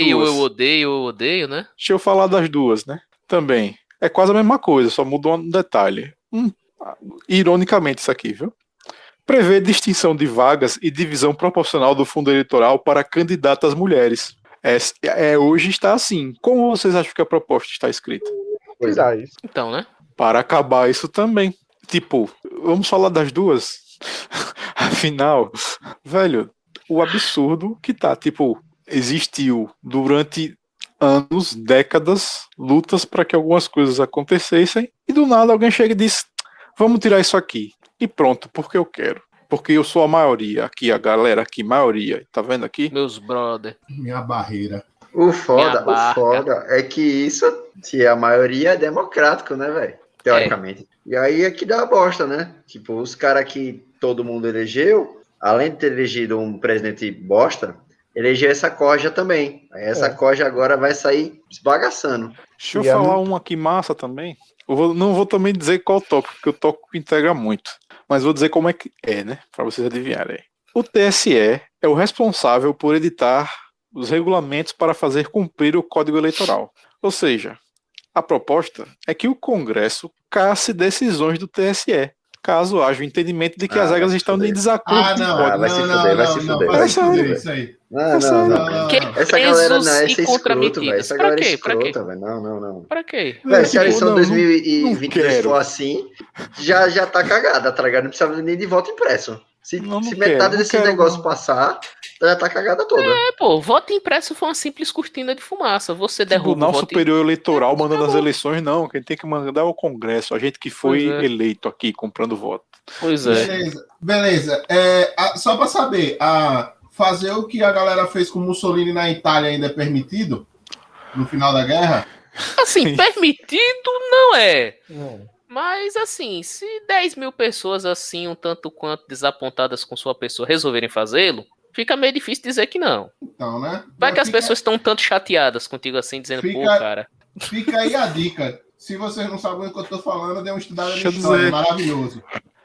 odeio, né? Deixa eu falar das duas, né? Também. É quase a mesma coisa, só mudou um detalhe. Ironicamente isso aqui, viu? Prevê distinção de vagas e divisão proporcional do fundo eleitoral para candidatas mulheres. Hoje está assim. Como vocês acham que a proposta está escrita? Pois é isso. Então, né? Para acabar isso também. Tipo, vamos falar das duas? Afinal, velho, o absurdo que tá, tipo, existiu durante anos, décadas, lutas para que algumas coisas acontecessem e do nada alguém chega e diz, vamos tirar isso aqui. E pronto, porque eu quero. Porque eu sou a maioria aqui, a galera aqui, maioria. Tá vendo aqui? Meus brother. Minha barreira. O foda é que isso, se a maioria é democrático, né, velho? Teoricamente. E aí é que dá a bosta, né? Tipo, os caras que todo mundo elegeu, além de ter elegido um presidente bosta, elegeu essa corja também. Aí essa corja agora vai sair esbagaçando. Deixa eu falar uma aqui massa também. Não vou também dizer qual tópico, porque o tópico integra muito. Mas vou dizer como é que é, né? Para vocês adivinharem. O TSE é o responsável por editar os regulamentos para fazer cumprir o Código Eleitoral. Ou seja, a proposta é que o Congresso casse decisões do TSE, caso haja o entendimento de que as regras estão em desacordo. Vai se fuder, vai se fuder. Vai se fuder isso aí. Não. Essa galera não é escrota, velho. Essa galera é escrota, velho. Não. Pra quê? Velho, se a eleição 2022 for assim, já tá cagada, tá ligado? Não precisa nem de voto impresso. Se metade desse negócio passar, já tá cagada toda. Voto impresso foi uma simples cortina de fumaça. Você derruba o Tribunal Superior Eleitoral mandando as eleições, não. Quem tem que mandar é o Congresso. A gente que foi eleito aqui, comprando voto. Pois é. Beleza. Só pra saber, fazer o que a galera fez com Mussolini na Itália ainda é permitido? No final da guerra? Assim, permitido não é. Mas, assim, se 10 mil pessoas, assim, um tanto quanto desapontadas com sua pessoa, resolverem fazê-lo, fica meio difícil dizer que não. Então, né? Vai que as pessoas estão um tanto chateadas contigo, assim, dizendo, cara... Fica aí a dica. Se vocês não sabem o que eu tô falando, dê uma estudada na história. Maravilhoso.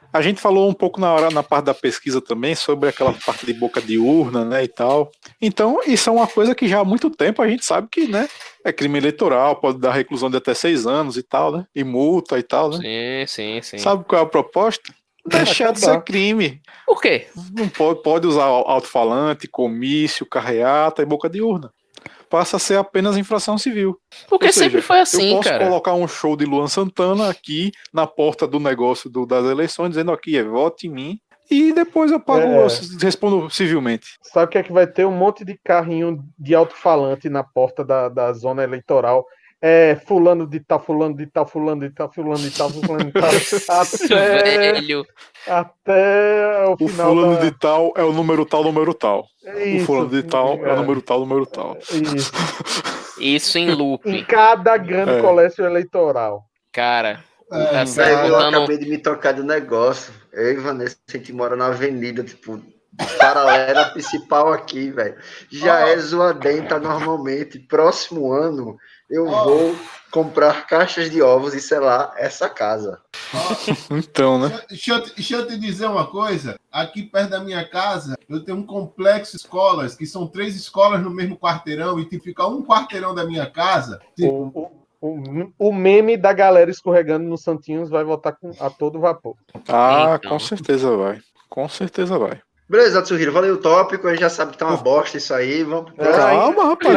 A gente falou um pouco na parte da pesquisa também sobre aquela parte de boca de urna, né, e tal. Então, isso é uma coisa que já há muito tempo a gente sabe que, né, é crime eleitoral, pode dar reclusão de até 6 anos e tal, né, e multa e tal, né. Sim. Sabe qual é a proposta? Deixar de ser crime. Por quê? Não pode usar alto-falante, comício, carreata e boca de urna. Passa a ser apenas infração civil. Porque Ou seja, sempre foi assim, eu posso cara. colocar um show de Luan Santana aqui na porta do negócio das eleições, dizendo aqui, vote em mim, e depois eu pago, eu respondo civilmente. Sabe o que é que vai ter? Um monte de carrinho de alto-falante na porta da zona eleitoral. Fulano de tal, fulano de tal, fulano de tal, fulano de tal, fulano de tal. Velho. Até o final. O fulano de tal é o número tal, número tal. Isso, o fulano de tal é o número tal, número tal. Isso em loop. Em cada grande colégio eleitoral. Cara, eu acabei de me tocar do negócio. Eu e Vanessa, a gente mora na avenida, tipo, paralela principal aqui, velho. Já é zoadenta normalmente. Próximo ano eu vou comprar caixas de ovos e selar essa casa. Então, né? Deixa eu te dizer uma coisa. Aqui perto da minha casa, eu tenho um complexo de escolas, que são 3 escolas no mesmo quarteirão, e fica um quarteirão da minha casa. Tipo... O meme da galera escorregando nos santinhos vai voltar a todo vapor. Então. Com certeza vai. Com certeza vai. Beleza, Tsuhiro, valeu o tópico, a gente já sabe que tá uma bosta isso aí, vamos... Calma, rapaz.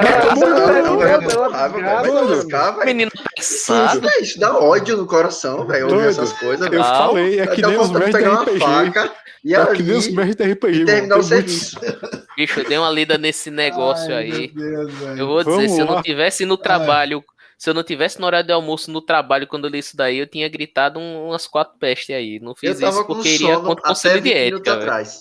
Menino pensado. Isso dá ódio no coração, velho, ouvir essas coisas. Eu falei, é que nem os mestres de RPG. É que nem os mestres de RPG. E terminar o serviço. Bicho, eu dei uma lida nesse negócio aí. Eu vou dizer, se eu não tivesse no trabalho... Se eu não tivesse no horário de almoço no trabalho quando eu li isso daí, eu tinha gritado umas 4 pestes aí. Não fiz isso porque iria contra o conselho de ética.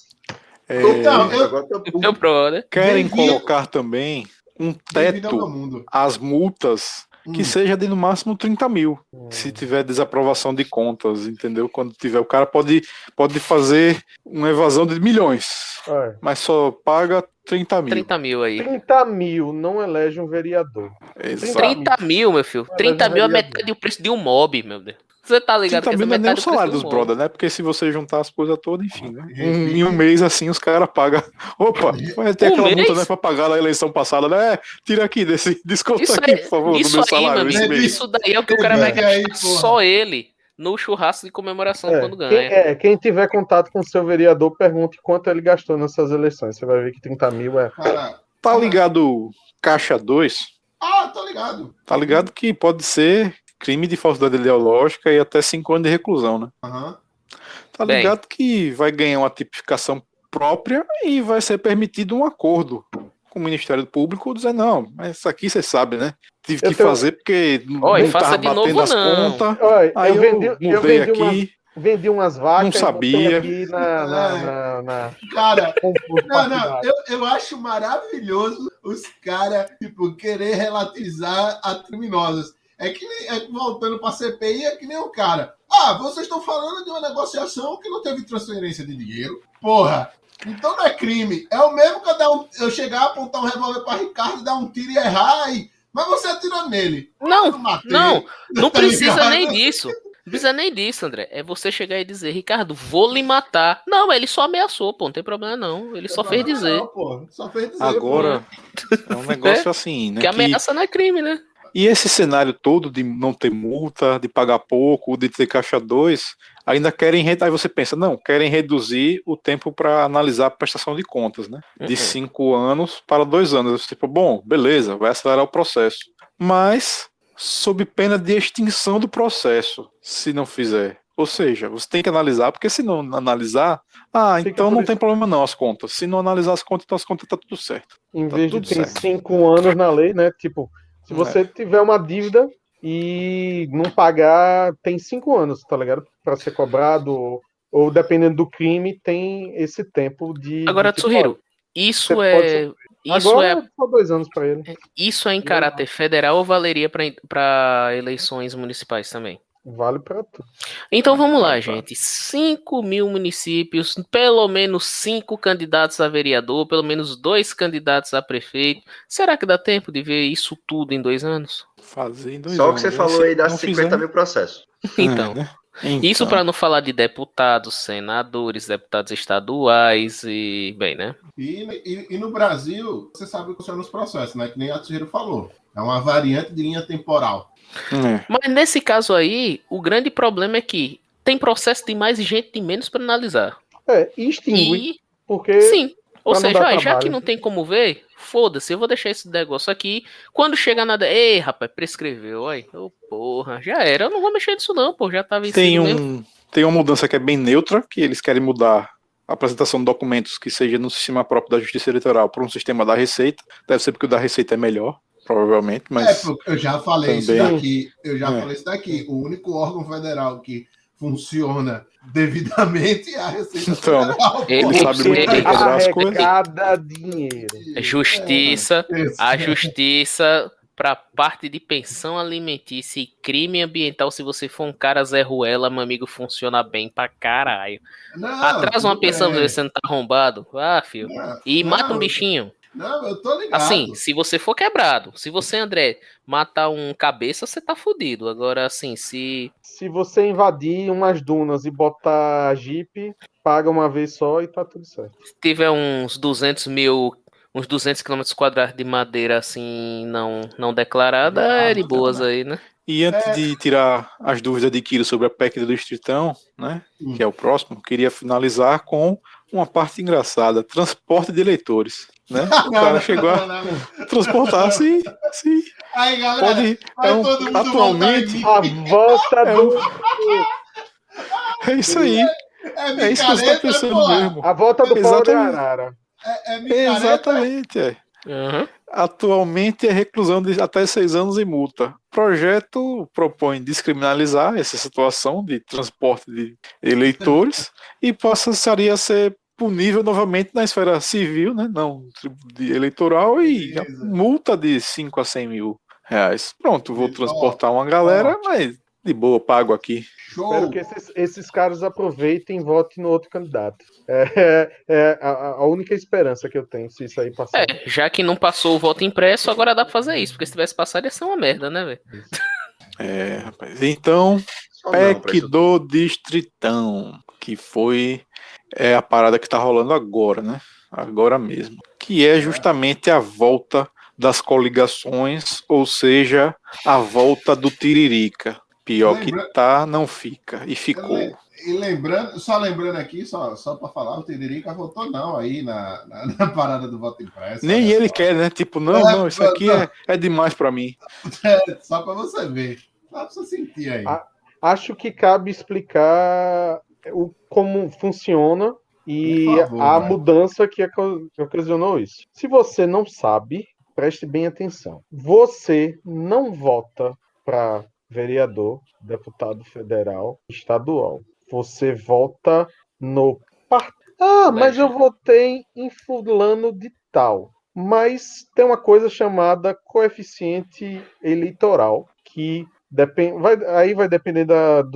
Meu brother. Querem colocar também um teto às multas que seja de no máximo 30 mil. Se tiver desaprovação de contas, entendeu? Quando tiver, o cara pode fazer uma evasão de milhões, mas só paga 30 mil. 30 mil aí. 30 mil não elege um vereador. Exato. 30 mil, meu filho. 30 mil é metade do preço de um mob, meu Deus. Você tá ligado? 30 mil não é nem o salário dos brother, né? Porque se você juntar as coisas todas, enfim, né? Em um mês assim, os caras pagam. Opa, vai ter aquela multa, né? Pra pagar na eleição passada, né? Tira aqui desse desconto isso aqui, por favor, do meu salário. Isso daí é o que o cara vai gastar só ele no churrasco de comemoração quando ganha. Quem tiver contato com o seu vereador, pergunte quanto ele gastou nessas eleições. Você vai ver que 30 mil é. Tá ligado Caixa 2? Tô ligado. Tá ligado que pode ser crime de falsidade ideológica e até 5 anos de reclusão, né? Tá ligado que vai ganhar uma tipificação própria e vai ser permitido um acordo com o Ministério Público dizer, não, mas isso aqui você sabe, né? Tive que fazer porque não tava batendo as contas. Aí eu mudei aqui. Vendi umas vacas. Não sabia. Cara, eu acho maravilhoso os caras, tipo, querer relativizar a criminosos. É que voltando pra CPI, é que nem o cara. Vocês estão falando de uma negociação que não teve transferência de dinheiro. Porra, então não é crime. É o mesmo que eu chegar, apontar um revólver pra Ricardo, dar um tiro e errar aí. Mas você atirou nele. Não precisa nem disso. Não precisa nem disso, André. É você chegar e dizer, Ricardo, vou lhe matar. Não, ele só ameaçou, pô. Não tem problema, não. Ele só fez dizer. Só fez dizer. Agora, é um negócio assim, né? Que ameaça não é crime, né? E esse cenário todo de não ter multa, de pagar pouco, de ter Caixa 2, ainda querem... Aí você pensa, não, querem reduzir o tempo para analisar a prestação de contas, né? De 5 anos para 2 anos. Tipo, bom, beleza, vai acelerar o processo. Mas sob pena de extinção do processo, se não fizer. Ou seja, você tem que analisar, porque se não analisar, então não tem problema não as contas. Se não analisar as contas, então as contas tá tudo certo. Em vez de ter 5 anos na lei, né? Tipo, se você tiver uma dívida e não pagar, tem 5 anos, tá ligado? Para ser cobrado, ou dependendo do crime, tem esse tempo de... Agora, Tsuhiro, isso é... Agora só 2 anos para ele. Isso é em caráter federal ou valeria para eleições municipais também? Vale para tudo. Então vamos lá, gente. 5 mil municípios, pelo menos 5 candidatos a vereador, pelo menos 2 candidatos a prefeito. Será que dá tempo de ver isso tudo em 2 anos? Fazer em 2 Só anos. o que você falou aí dá 50 mil processos. Então. Então, Isso para não falar de deputados, senadores, deputados estaduais e, bem, né? E no Brasil, você sabe o que funciona os processos, né? Que nem a Tiro falou. É uma variante de linha temporal. Mas nesse caso aí, o grande problema é que tem processo de mais e gente de menos para analisar. E extingue. Porque Sim. Ou pra não seja, dar já trabalho. que não tem como ver, foda-se, eu vou deixar esse negócio aqui. Quando chegar nada. Ei, rapaz, prescreveu, olha. Porra, já era. Eu não vou mexer nisso, não, pô. Já tá vencido mesmo. Tem uma mudança que é bem neutra, que eles querem mudar a apresentação de documentos que seja no sistema próprio da Justiça Eleitoral para um sistema da Receita. Deve ser porque o da Receita é melhor, provavelmente, mas... eu já falei isso também... daqui. falei isso daqui. O único órgão federal que funciona devidamente é a Receita Federal. Ele sabe muito bem quebrar as coisas. Arrecada dinheiro. Justiça, a justiça para parte de pensão alimentícia e crime ambiental, se você for um cara Zé Ruela, meu amigo, funciona bem pra caralho. Atrasa uma pensão, você não tá arrombado. Filho. Mata um bichinho. Não, eu tô ligado. Assim, se você for quebrado. Se você, André, matar um cabeça, você tá fudido. Agora, assim, se você invadir umas dunas e botar Jeep, paga uma vez só e tá tudo certo. Se tiver uns 200 km quadrados de madeira, assim, não declarada, é de boas aí, né? E antes de tirar as dúvidas de Kiro sobre a PEC do Distritão, né, que é o próximo, queria finalizar com uma parte engraçada: transporte de eleitores. Né? O cara chegou a transportar, sim. Aí, galera, atualmente a volta do... É isso aí. É isso que você está pensando mesmo. A volta do Paulo de Arara. Exatamente. Uhum. Atualmente é reclusão de até 6 anos e multa. O projeto propõe descriminalizar essa situação de transporte de eleitores e passaria a ser punível novamente na esfera civil, né? Não de eleitoral, e multa de 5 a 100 mil reais. Pronto, vou transportar uma galera, mas de boa, pago aqui. Espero que esses caras aproveitem e votem no outro candidato. É a única esperança que eu tenho, se isso aí passar. Já que não passou o voto impresso, agora dá pra fazer isso, porque se tivesse passado ia ser uma merda, né, velho? Rapaz. Então, PEC do Distritão, que foi a parada que tá rolando agora, né? Agora mesmo. Que é justamente a volta das coligações, ou seja, a volta do Tiririca. Pior que tá, não fica. E ficou. E lembrando aqui, só para falar, o Tiririca votou não aí na parada do voto impresso. Nem ele quer, né? Tipo, não, isso aqui é demais para mim. Só para você ver. Só para você sentir aí. Acho que cabe explicar como funciona e a mudança que ocasionou isso. Se você não sabe, preste bem atenção. Você não vota para vereador, deputado federal, estadual. Você vota no partido. Mas eu votei em fulano de tal. Mas tem uma coisa chamada coeficiente eleitoral, que vai depender do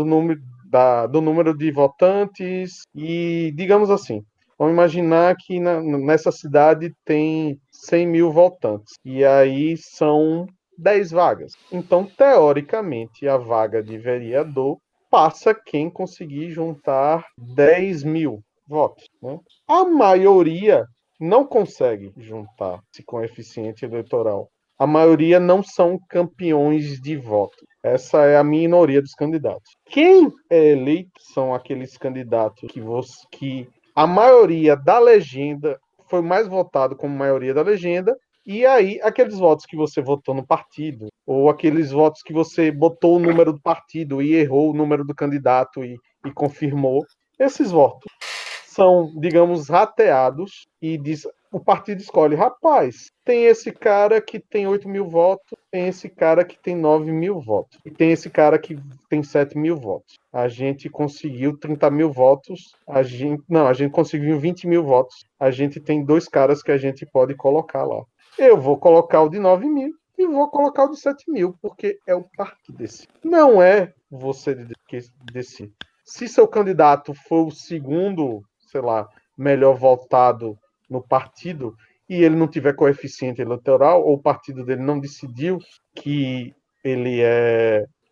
número de votantes e, digamos assim, vamos imaginar que nessa cidade tem 100 mil votantes. E aí são 10 vagas. Então, teoricamente, a vaga de vereador passa quem conseguir juntar 10 mil votos. Né? A maioria não consegue juntar esse coeficiente eleitoral. A maioria não são campeões de voto. Essa é a minoria dos candidatos. Quem é eleito são aqueles candidatos que a maioria da legenda foi mais votado como maioria da legenda. E aí, aqueles votos que você votou no partido, ou aqueles votos que você botou o número do partido e errou o número do candidato e confirmou, esses votos são, digamos, rateados e o partido escolhe, rapaz, tem esse cara que tem 8 mil votos, tem esse cara que tem 9 mil votos, e tem esse cara que tem 7 mil votos. A gente conseguiu 30 mil votos, a gente conseguiu 20 mil votos, a gente tem 2 caras que a gente pode colocar lá. Eu vou colocar o de 9 mil e vou colocar o de 7 mil, porque é o partido decide. Não é você que decide. Se seu candidato for o segundo, sei lá, melhor votado no partido e ele não tiver coeficiente eleitoral, ou o partido dele não decidiu que ele é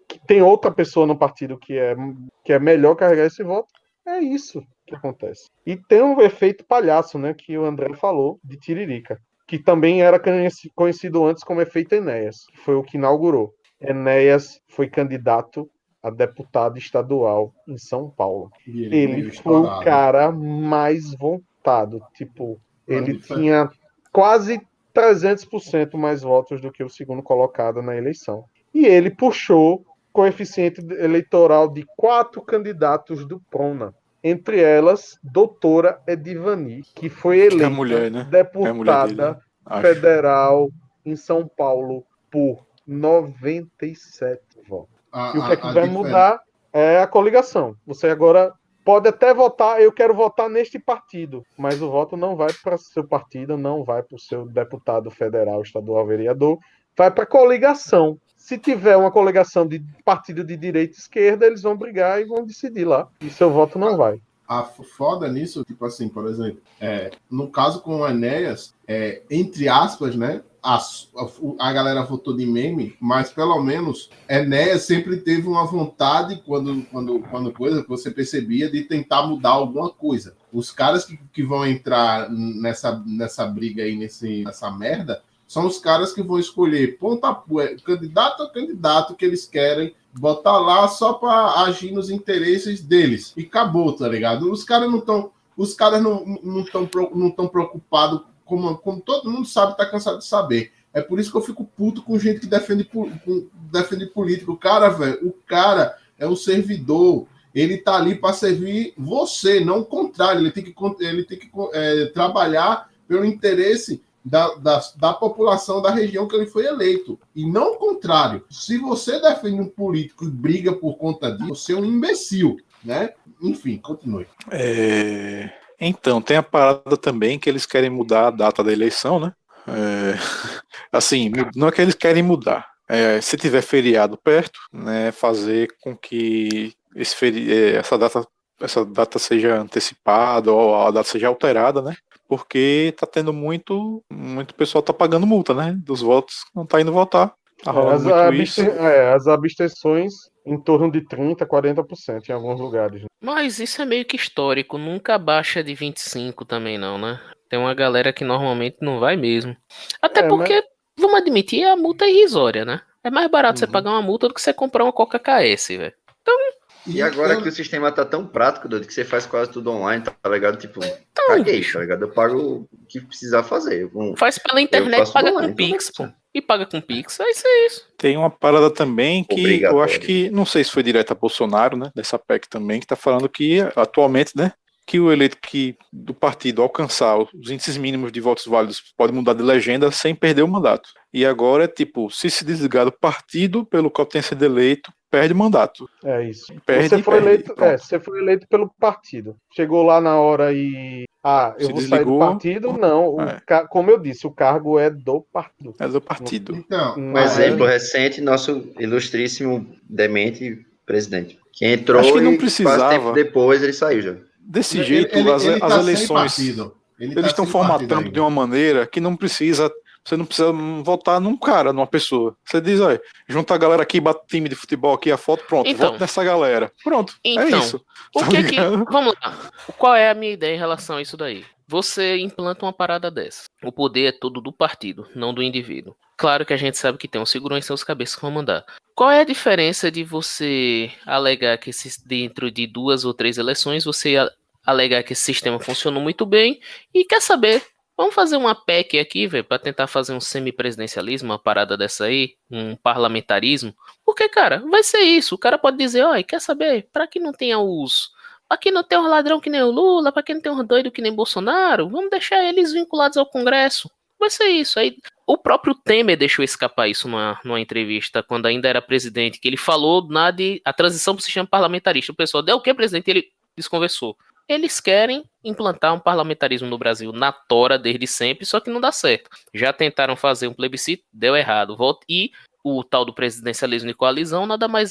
que tem outra pessoa no partido que é melhor carregar esse voto, é isso que acontece. E tem um efeito palhaço, né, que o André falou, de Tiririca, que também era conhecido antes como efeito Enéas, que foi o que inaugurou. Enéas foi candidato a deputado estadual em São Paulo. Ele foi o cara mais votado. Tipo, ele tinha quase 300% mais votos do que o segundo colocado na eleição. E ele puxou coeficiente eleitoral de 4 candidatos do PRONA. Entre elas, doutora Edivani, que foi eleita mulher, né? deputada federal em São Paulo por 97 votos. E o que é que vai mudar é a coligação. Você agora pode até votar, eu quero votar neste partido, mas o voto não vai para o seu partido, não vai para o seu deputado federal, estadual, vereador, vai para a coligação. Se tiver uma coligação de partido de direita e esquerda, eles vão brigar e vão decidir lá. E seu voto não vai. A foda nisso, tipo assim, por exemplo, no caso com o Enéas, entre aspas, né? A galera votou de meme, mas pelo menos Enéas sempre teve uma vontade, quando coisa que você percebia, de tentar mudar alguma coisa. Os caras que vão entrar nessa briga aí, nessa merda, são os caras que vão escolher candidato a candidato que eles querem botar lá só para agir nos interesses deles. E acabou, tá ligado? Os caras não estão preocupados, como todo mundo sabe, tá cansado de saber. É por isso que eu fico puto com gente que defende político. Cara, velho, o cara é um servidor. Ele tá ali para servir você, não o contrário. Ele tem que trabalhar pelo interesse da população da região que ele foi eleito. E não o contrário. Se você defende um político e briga por conta disso, você é um imbecil, né? Enfim, continue. Então, tem a parada também que eles querem mudar a data da eleição, né? Assim, não é que eles querem mudar. Se tiver feriado perto, né, fazer com que essa data seja antecipada ou a data seja alterada, né? Porque tá tendo muito pessoal tá pagando multa, né? Dos votos, não tá indo votar. Tá rolando as abstenções em torno de 30%, 40% em alguns lugares. Mas isso é meio que histórico, nunca baixa de 25% também não, né? Tem uma galera que normalmente não vai mesmo. Até porque, vamos admitir, a multa é irrisória, né? É mais barato você pagar uma multa do que você comprar uma Coca KS, velho. Então... E agora que o sistema tá tão prático, doido, que você faz quase tudo online, tá ligado? Tipo, caguei, tá ligado? Eu pago o que precisar fazer. Faz pela internet, paga com Pix, pô. E paga com Pix, é isso. Tem uma parada também que eu acho que, não sei se foi direto a Bolsonaro, né, dessa PEC também, que tá falando que atualmente, né, que o eleito do partido alcançar os índices mínimos de votos válidos pode mudar de legenda sem perder o mandato. E agora é tipo, se desligar do partido pelo qual tem sido eleito, perde o mandato. É isso. Você foi eleito pelo partido. Chegou lá na hora e... eu vou sair do partido? Não. Como eu disse, o cargo é do partido. É do partido. Então, um exemplo recente, nosso ilustríssimo demente presidente. Que entrou acho que não precisava. Quase tempo depois ele saiu já. Desse jeito, as eleições... Eles estão formatando de uma maneira que não precisa... Você não precisa votar numa pessoa. Você diz, olha, junta a galera aqui, bate time de futebol aqui, a foto, pronto, voto nessa galera. Pronto, é isso. Vamos lá. Qual é a minha ideia em relação a isso daí? Você implanta uma parada dessa. O poder é todo do partido, não do indivíduo. Claro que a gente sabe que tem um segurança em seus cabeças que vão mandar. Qual é a diferença de você alegar que dentro de 2 ou 3 eleições, você alegar que esse sistema funcionou muito bem e quer saber... Vamos fazer uma PEC aqui, velho, pra tentar fazer um semipresidencialismo, uma parada dessa aí, um parlamentarismo. Porque, cara, vai ser isso. O cara pode dizer, olha, quer saber? Pra que não tenha pra que não tenha um ladrão que nem o Lula, pra que não tenha um doido que nem Bolsonaro, vamos deixar eles vinculados ao Congresso. Vai ser isso. Aí, o próprio Temer deixou escapar isso numa entrevista, quando ainda era presidente, que ele falou a transição pro sistema parlamentarista. O pessoal, deu o que, presidente? Ele desconversou. Eles querem implantar um parlamentarismo no Brasil na tora desde sempre, só que não dá certo. Já tentaram fazer um plebiscito, deu errado. E o tal do presidencialismo de coalizão nada mais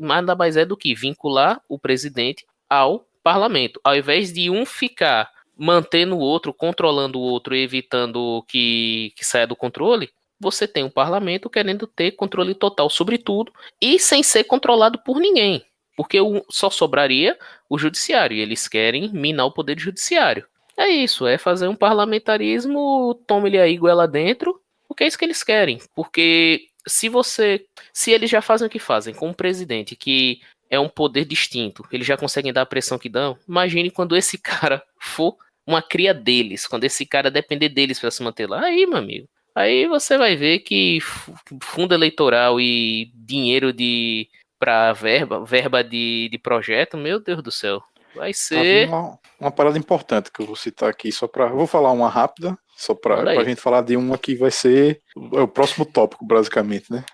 é do que vincular o presidente ao parlamento. Ao invés de um ficar mantendo o outro, controlando o outro e evitando que saia do controle, você tem um parlamento querendo ter controle total sobre tudo e sem ser controlado por ninguém. Porque só sobraria o judiciário, e eles querem minar o poder judiciário. É isso, é fazer um parlamentarismo, tome-lhe aí goela dentro, porque é isso que eles querem. Porque se eles já fazem o que fazem com um presidente que é um poder distinto, eles já conseguem dar a pressão que dão, imagine quando esse cara for uma cria deles, quando esse cara depender deles para se manter lá. Aí, meu amigo, aí você vai ver que fundo eleitoral e dinheiro para verba de projeto, meu Deus do céu, vai ser... Uma parada importante que eu vou citar aqui, eu vou falar uma rápida, só para a gente falar de uma que vai ser o próximo tópico, basicamente, né?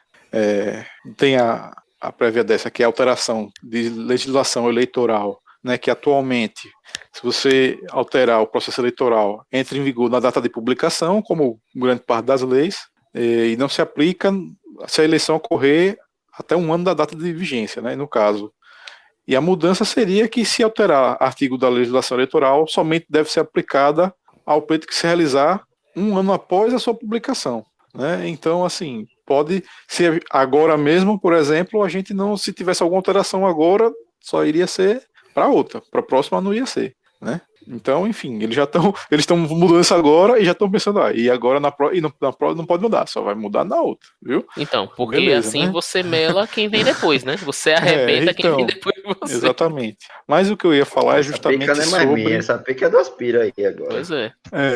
Tem a prévia dessa, que é a alteração de legislação eleitoral, né, que atualmente, se você alterar o processo eleitoral, entra em vigor na data de publicação, como grande parte das leis, e não se aplica se a eleição ocorrer até um ano da data de vigência, né, no caso. E a mudança seria que, se alterar artigo da legislação eleitoral, somente deve ser aplicada ao pleito que se realizar um ano após a sua publicação, né? Então, assim, pode ser agora mesmo, por exemplo, a gente não, se tivesse alguma alteração agora, só iria ser para outra, para a próxima não ia ser, né? Então, enfim, eles estão mudando isso agora e já estão pensando, e agora na próxima não pode mudar, só vai mudar na outra, viu? Então, porque beleza, assim, né? Você mela quem vem depois, né? Você arrebenta quem vem depois de você. Exatamente. Mas o que eu ia falar é justamente essa pica não é mais minha, essa pica é do Aspira aí agora. Pois é.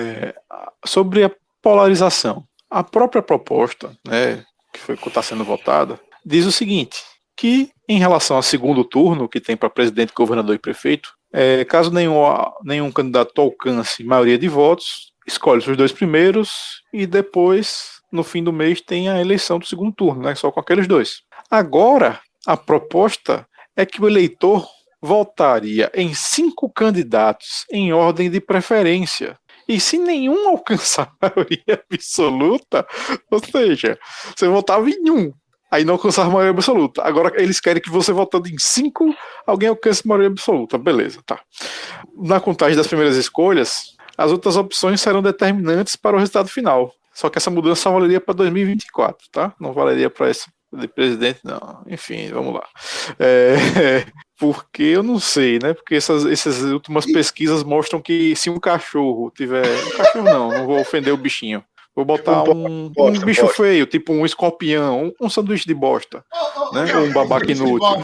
Sobre a polarização. A própria proposta, né, que está sendo votada, diz o seguinte, que em relação ao segundo turno, que tem para presidente, governador e prefeito, caso nenhum candidato alcance maioria de votos, escolhe os dois primeiros e depois, no fim do mês, tem a eleição do segundo turno, né, só com aqueles dois. Agora, a proposta é que o eleitor votaria em 5 candidatos em ordem de preferência. E se nenhum alcançar a maioria absoluta, ou seja, você votava em um, aí não alcançava a maioria absoluta. Agora eles querem que você votando em 5, alguém alcance a maioria absoluta. Beleza, tá. Na contagem das primeiras escolhas, as outras opções serão determinantes para o resultado final. Só que essa mudança só valeria para 2024, tá? Não valeria para esse de presidente, não. Enfim, vamos lá. Porque eu não sei, né? Porque essas últimas pesquisas mostram que se um cachorro tiver... Um cachorro não vou ofender o bichinho. Vou botar um bicho feio, tipo um escorpião, um sanduíche de bosta, né? Um babaca inútil.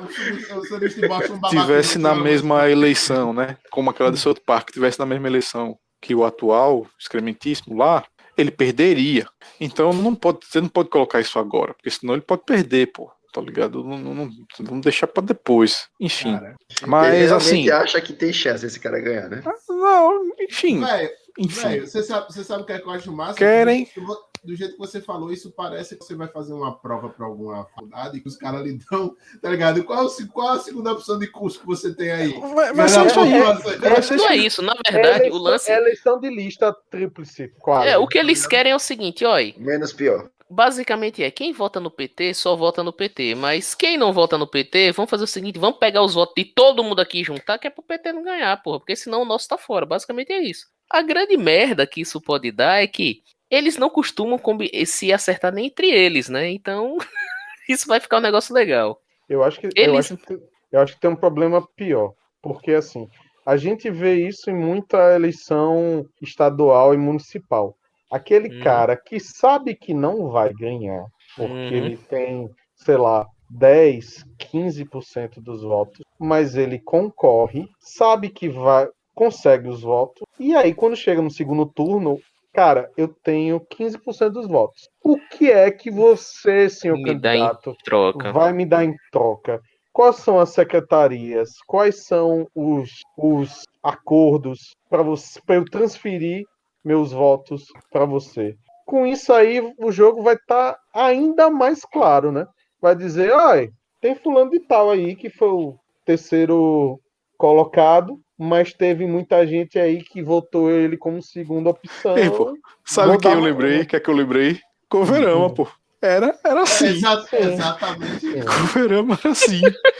Tivesse na mesma eleição, né? Como aquela do South Park, tivesse na mesma eleição que o atual excrementíssimo lá, ele perderia. Então você não pode colocar isso agora, porque senão ele pode perder, pô. Tá ligado? Vamos deixar pra depois. Enfim. Cara, mas ele assim. Acha que tem chance esse cara ganhar, né? Não, enfim. Véio, você sabe o que é que eu acho massa? Querem. Do jeito que você falou, isso parece que você vai fazer uma prova para alguma faculdade que os caras lhe dão, tá ligado? Qual a segunda opção de curso que você tem aí? Vai ser isso aí. Não é isso, na verdade, o lance... É eleição de lista tríplice, quase. O que eles querem é o seguinte, olha... Menos pior. Basicamente quem vota no PT, só vota no PT, mas quem não vota no PT, vamos fazer o seguinte, vamos pegar os votos de todo mundo aqui e juntar, que é pro PT não ganhar, porra, porque senão o nosso tá fora, basicamente é isso. A grande merda que isso pode dar é que eles não costumam se acertar nem entre eles, né? Então, isso vai ficar um negócio legal. Eu acho que tem um problema pior. Porque, assim, a gente vê isso em muita eleição estadual e municipal. Aquele cara que sabe que não vai ganhar, porque ele tem, sei lá, 10, 15% dos votos, mas ele concorre, sabe que consegue os votos, e aí, quando chega no segundo turno, cara, eu tenho 15% dos votos. O que é que você, senhor candidato, vai me dar em troca? Quais são as secretarias? Quais são os acordos para eu transferir meus votos para você? Com isso aí, o jogo vai estar ainda mais claro, né? Vai dizer, olha, tem fulano de tal aí que foi o terceiro colocado, mas teve muita gente aí que votou ele como segunda opção. Sabe quem eu lembrei? Quer que eu lembrei? Coverama, pô. Era assim. Exatamente. Coverama era assim.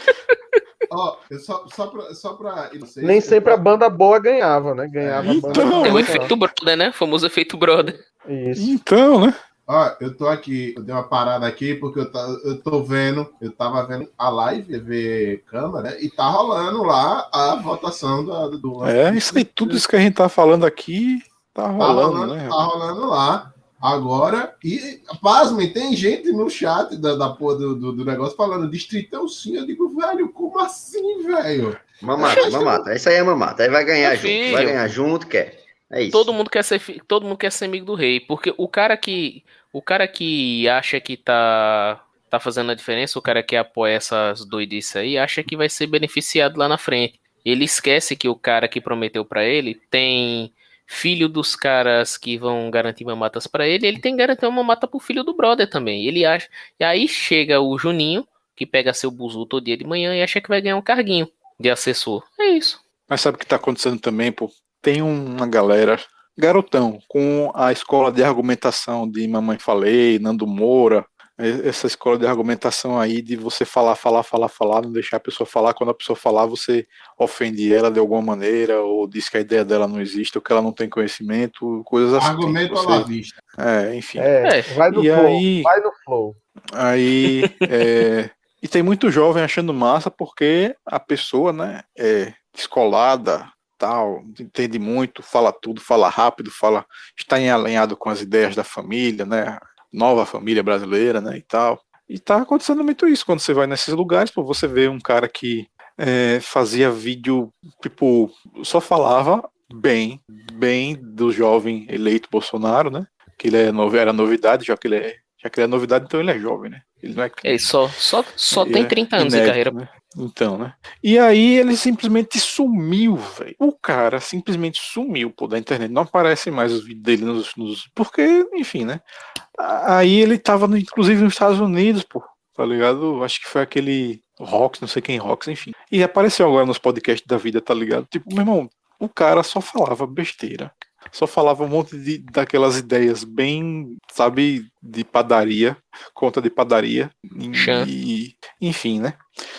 Só pra nem sempre a banda boa ganhava, né? Ganhava então, a banda. É o efeito brother, né? O famoso efeito brother. Isso. Então, né? Ó, eu tô aqui, eu dei uma parada aqui porque eu tava vendo a live TV Câmara, né, e tá rolando lá a votação do Isso aí, tudo isso que a gente tá falando aqui tá rolando, né? Tá rolando lá agora. E, pasmem, tem gente no chat da porra do negócio falando Distritão sim. Eu digo, velho, como assim, velho? Mamata. Isso aí é mamata. Aí vai ganhar junto. Filho. Vai ganhar junto, quer. É isso. Todo mundo quer ser amigo do rei, porque o cara que acha que tá fazendo a diferença, o cara que apoia essas doidices aí, acha que vai ser beneficiado lá na frente. Ele esquece que o cara que prometeu pra ele tem filho dos caras que vão garantir mamatas pra ele, ele tem que garantir uma mamata pro filho do brother também. Ele acha, e aí chega o Juninho, que pega seu buzu todo dia de manhã e acha que vai ganhar um carguinho de assessor. É isso. Mas sabe o que tá acontecendo também, pô? Tem uma galera, garotão, com a escola de argumentação de Mamãe Falei, Nando Moura, essa escola de argumentação aí de você falar, não deixar a pessoa falar, quando a pessoa falar você ofende ela de alguma maneira, ou diz que a ideia dela não existe, ou que ela não tem conhecimento, coisas assim. Argumento à la vista. Enfim. Vai no flow, vai no flow. Aí, e tem muito jovem achando massa porque a pessoa, né, é descolada, tal, entende muito, fala tudo, fala rápido, está alinhado com as ideias da família, né, nova família brasileira, né, e tal. E tá acontecendo muito isso quando você vai nesses lugares, pô, você vê um cara que fazia vídeo, tipo, só falava bem do jovem eleito Bolsonaro, né, que ele era novidade, já que ele é novidade, então ele é jovem, né. Ele não é só tem 30 anos de carreira. Né? Então, né? E aí ele simplesmente sumiu, velho. O cara simplesmente sumiu, pô, da internet. Não aparecem mais os vídeos dele nos... Porque, enfim, né? Aí ele tava, inclusive, nos Estados Unidos, pô. Tá ligado? Acho que foi aquele Rox, não sei quem Rox, enfim. E apareceu agora nos podcasts da vida, tá ligado? Tipo, meu irmão, o cara só falava besteira. Só falava um monte daquelas ideias bem, sabe, de padaria, conta de padaria, e enfim, né?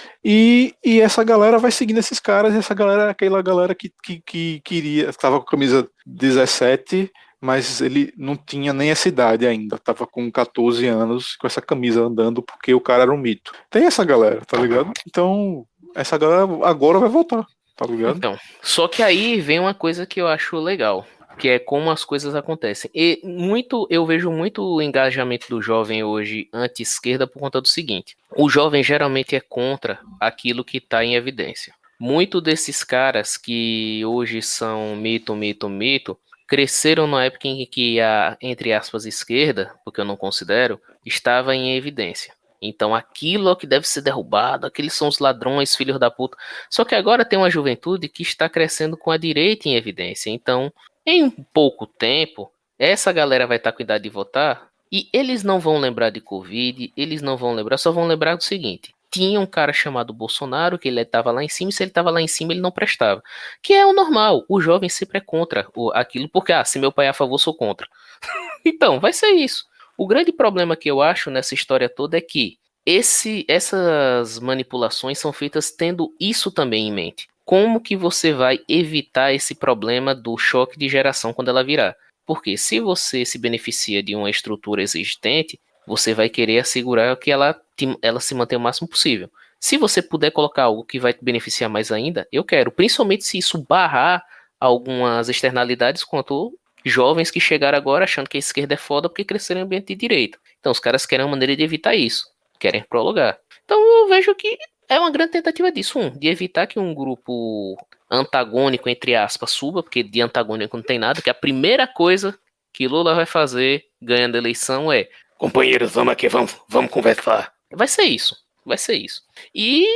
E essa galera vai seguindo esses caras, e essa galera é aquela galera que queria, estava com a camisa 17, mas ele não tinha nem essa idade ainda, tava com 14 anos com essa camisa andando porque o cara era um mito. Tem essa galera, tá ligado? Então, essa galera agora vai voltar, tá ligado? Então, só que aí vem uma coisa que eu acho legal, que é como as coisas acontecem. E eu vejo muito o engajamento do jovem hoje anti-esquerda por conta do seguinte: o jovem geralmente é contra aquilo que está em evidência. Muito desses caras que hoje são mito, cresceram na época em que a, entre aspas, esquerda, porque eu não considero, estava em evidência. Então aquilo é o que deve ser derrubado, aqueles são os ladrões, filhos da puta. Só que agora tem uma juventude que está crescendo com a direita em evidência. Então, em pouco tempo, essa galera vai estar com idade de votar e eles não vão lembrar de Covid, eles não vão lembrar, só vão lembrar do seguinte: tinha um cara chamado Bolsonaro, que ele estava lá em cima, e se ele estava lá em cima, ele não prestava. Que é o normal, o jovem sempre é contra aquilo, porque, se meu pai é a favor, sou contra. Então, vai ser isso. O grande problema que eu acho nessa história toda é que essas manipulações são feitas tendo isso também em mente. Como que você vai evitar esse problema do choque de geração quando ela virar? Porque se você se beneficia de uma estrutura existente, você vai querer assegurar que ela se mantenha o máximo possível. Se você puder colocar algo que vai te beneficiar mais ainda, eu quero. Principalmente se isso barrar algumas externalidades quanto jovens que chegaram agora achando que a esquerda é foda porque cresceram em ambiente de direita. Então os caras querem uma maneira de evitar isso. Querem prologar. Então eu vejo que é uma grande tentativa disso. De evitar que um grupo antagônico, entre aspas, suba, porque de antagônico não tem nada, que a primeira coisa que Lula vai fazer ganhando a eleição é: companheiros, vamos aqui, vamos conversar. Vai ser isso. E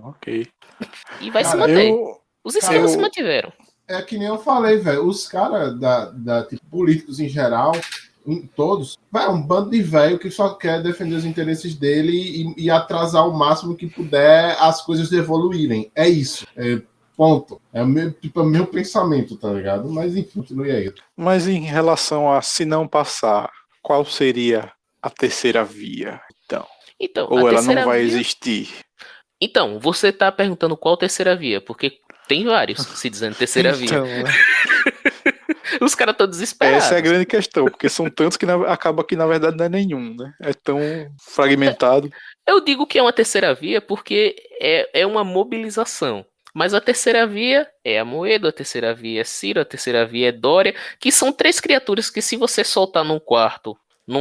vai se manter. Os esquerdas se mantiveram. É que nem eu falei, velho. Os caras tipo, políticos em geral, todos, é um bando de velho que só quer defender os interesses dele e atrasar o máximo que puder as coisas evoluírem. É isso. Ponto. É o meu pensamento, tá ligado? Mas enfim, continue aí. Mas em relação a se não passar, qual seria a terceira via, então? Ou ela não vai existir? Então, você tá perguntando qual terceira via, porque tem vários se dizendo terceira via. Os caras estão desesperados. Essa é a grande questão, porque são tantos que acaba que na verdade não é nenhum, né? É tão fragmentado. Eu digo que é uma terceira via porque é uma mobilização. Mas a terceira via é Amoedo, a terceira via é Ciro, a terceira via é Dória, que são 3 criaturas que, se você soltar num quarto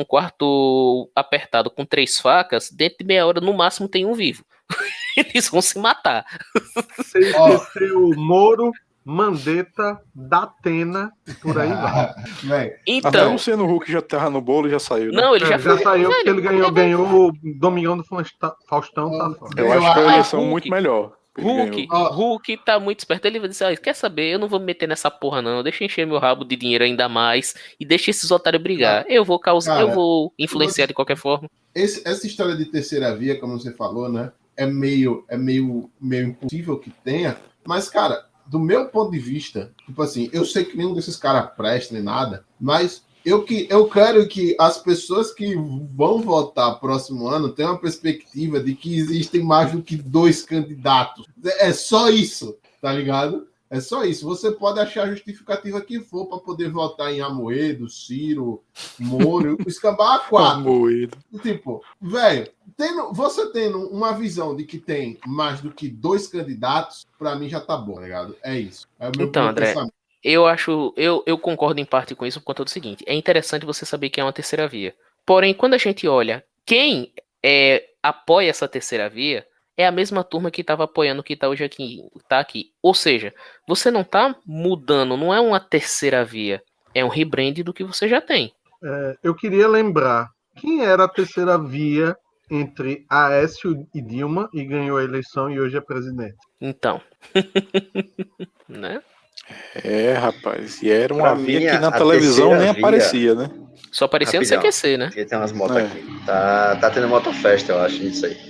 apertado com 3 facas, dentro de meia hora, no máximo, tem um vivo. Eles vão se matar. Você esqueceu Moro, Mandetta, Datena e por aí vai. Então, até o Luciano Huck já tava no bolo e já saiu, né? Não, ele já saiu porque ele ganhou o Domingão do Faustão. Tá fora. Eu acho que é uma eleição muito melhor. Hulk tá muito esperto. Ele vai dizer, quer saber, eu não vou me meter nessa porra não, deixa eu encher meu rabo de dinheiro ainda mais e deixa esses otários brigar. Eu vou causar, eu vou influenciar de qualquer forma. Essa história de terceira via, como você falou, né, é meio impossível que tenha, mas, cara, do meu ponto de vista, tipo assim, eu sei que nenhum desses caras presta nem nada, mas eu quero que as pessoas que vão votar próximo ano tenham uma perspectiva de que existem mais do que 2 candidatos. É só isso, tá ligado? É só isso. Você pode achar a justificativa que for para poder votar em Amoedo, Ciro, Moro, escambar a 4. Amoedo. Tipo, velho, você tendo uma visão de que tem mais do que 2 candidatos, para mim já tá bom, tá ligado? É isso. É o meu então, André, pensamento. Eu concordo em parte com isso por conta do seguinte, é interessante você saber que é uma terceira via. Porém, quando a gente olha quem apoia essa terceira via, é a mesma turma que estava apoiando que está hoje aqui, tá aqui. Ou seja, você não está mudando, não é uma terceira via, é um rebrand do que você já tem. Eu queria lembrar quem era a terceira via entre Aécio e Dilma e ganhou a eleição e hoje é presidente. Então, né? Rapaz, e era uma via que na a televisão nem via aparecia, né? Só aparecia no CQC, né? Porque tem umas motos aqui. Tá tendo motofesta, eu acho, isso aí.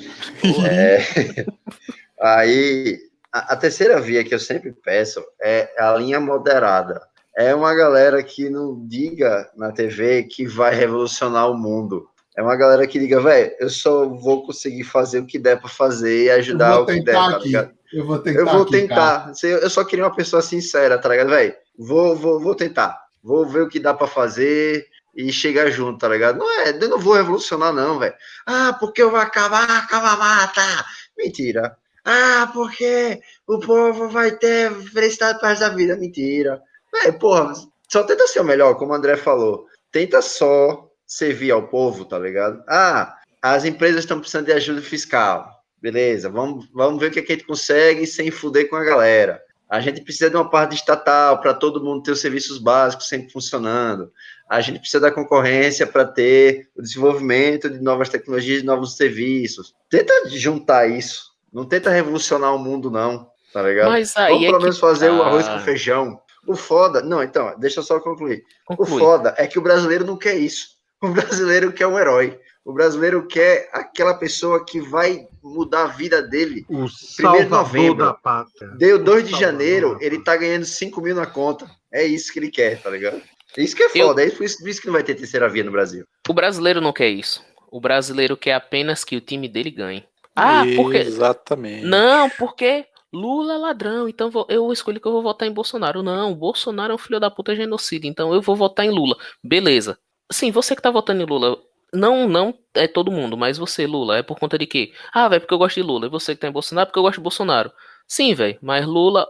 Aí, a terceira via que eu sempre peço é a linha moderada. É uma galera que não diga na TV que vai revolucionar o mundo. É uma galera que diga, velho, eu só vou conseguir fazer o que der pra fazer e ajudar o que der, tá ligado? Eu vou tentar. Eu só queria uma pessoa sincera, tá ligado, velho? Vou tentar. Vou ver o que dá pra fazer e chegar junto, tá ligado? Eu não vou revolucionar, não, velho. Porque eu vou acabar com a mata. Mentira. Porque o povo vai ter felicidade para da vida. Mentira. Velho, porra, só tenta ser o melhor, como o André falou. Tenta só servir ao povo, tá ligado? As empresas estão precisando de ajuda fiscal. Beleza, vamos ver o que a gente consegue sem fuder com a galera. A gente precisa de uma parte estatal para todo mundo ter os serviços básicos sempre funcionando. A gente precisa da concorrência para ter o desenvolvimento de novas tecnologias e novos serviços. Tenta juntar isso. Não tenta revolucionar o mundo, não. Tá ligado? Mas aí vamos pelo menos fazer o arroz com feijão. O foda... Não, então, deixa eu só concluir. O foda é que o brasileiro não quer isso. O brasileiro quer um herói. O brasileiro quer aquela pessoa que vai mudar a vida dele. O Primeiro de salvador novembro. da pátria. Deu 2 de janeiro, ele tá ganhando 5 mil na conta. É isso que ele quer, tá ligado? Isso que é foda. É por isso que não vai ter terceira via no Brasil. O brasileiro não quer isso. O brasileiro quer apenas que o time dele ganhe. Porque... Exatamente. Não, porque Lula é ladrão, então eu escolhi que eu vou votar em Bolsonaro. Não, Bolsonaro é um filho da puta genocida, então eu vou votar em Lula. Beleza. Sim, você que tá votando em Lula... Não é todo mundo, mas você, Lula, é por conta de quê? Velho, porque eu gosto de Lula. E você que tá em Bolsonaro, porque eu gosto de Bolsonaro. Sim, velho, mas Lula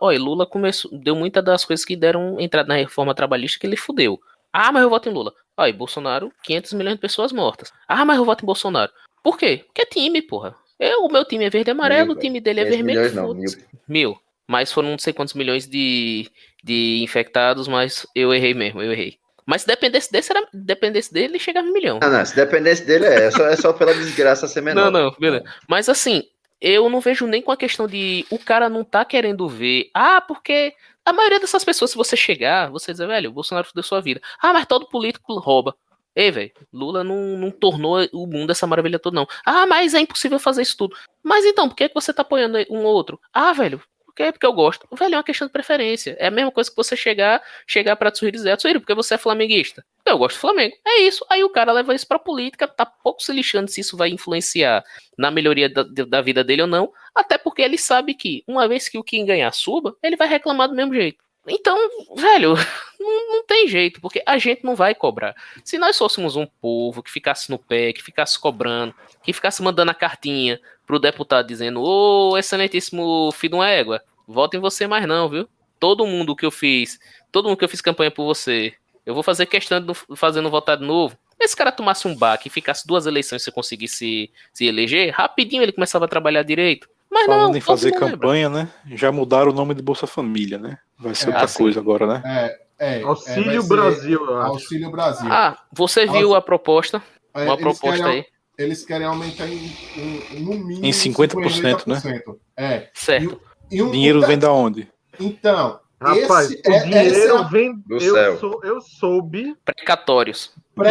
deu muitas das coisas que deram entrada na reforma trabalhista que ele fudeu. Mas eu voto em Lula. Bolsonaro, 500 milhões de pessoas mortas. Mas eu voto em Bolsonaro. Por quê? Porque é time, porra. O meu time é verde e amarelo, o time dele é vermelho. Mil. Mas foram não sei quantos milhões de infectados, mas eu errei mesmo, eu errei. Mas se dependesse dele, ele chegava a 1 milhão. Não, se dependesse dele, é só pela desgraça ser menor. Não, beleza. Mas assim, eu não vejo nem com a questão de o cara não tá querendo ver. Porque a maioria dessas pessoas, se você chegar, você dizer, velho, o Bolsonaro fudeu sua vida. Mas todo político rouba. Ei, velho, Lula não tornou o mundo essa maravilha toda, não. Mas é impossível fazer isso tudo. Mas então, por que você tá apoiando um ou outro? Velho, porque eu gosto. Velho, é uma questão de preferência. É a mesma coisa que você chegar pra Tsuhiro e dizer, Tsuhiro, porque você é flamenguista. Eu gosto do Flamengo. É isso. Aí o cara leva isso pra política, tá pouco se lixando se isso vai influenciar na melhoria da vida dele ou não. Até porque ele sabe que, uma vez que o Kim ganhar suba, ele vai reclamar do mesmo jeito. Então, velho, não tem jeito, porque a gente não vai cobrar. Se nós fôssemos um povo que ficasse no pé, que ficasse cobrando, que ficasse mandando a cartinha pro deputado dizendo: ô, excelentíssimo filho de uma égua, voto em você mais não, viu? Todo mundo que eu fiz campanha por você, eu vou fazer questão de fazendo votar de novo. Esse cara tomasse um baque e ficasse 2 eleições e você conseguisse se eleger, rapidinho ele começava a trabalhar direito. Mas falando não, em fazer campanha, né? Já mudaram o nome de Bolsa Família, né? Vai ser outra coisa agora, né? Auxílio Brasil, eu acho. Auxílio Brasil. Você viu a proposta? Uma proposta aí. Eles querem aumentar no mínimo em 50%, né? Certo. Dinheiro vem da onde? Então, rapaz, o dinheiro vem do céu. Eu soube. Precatórios.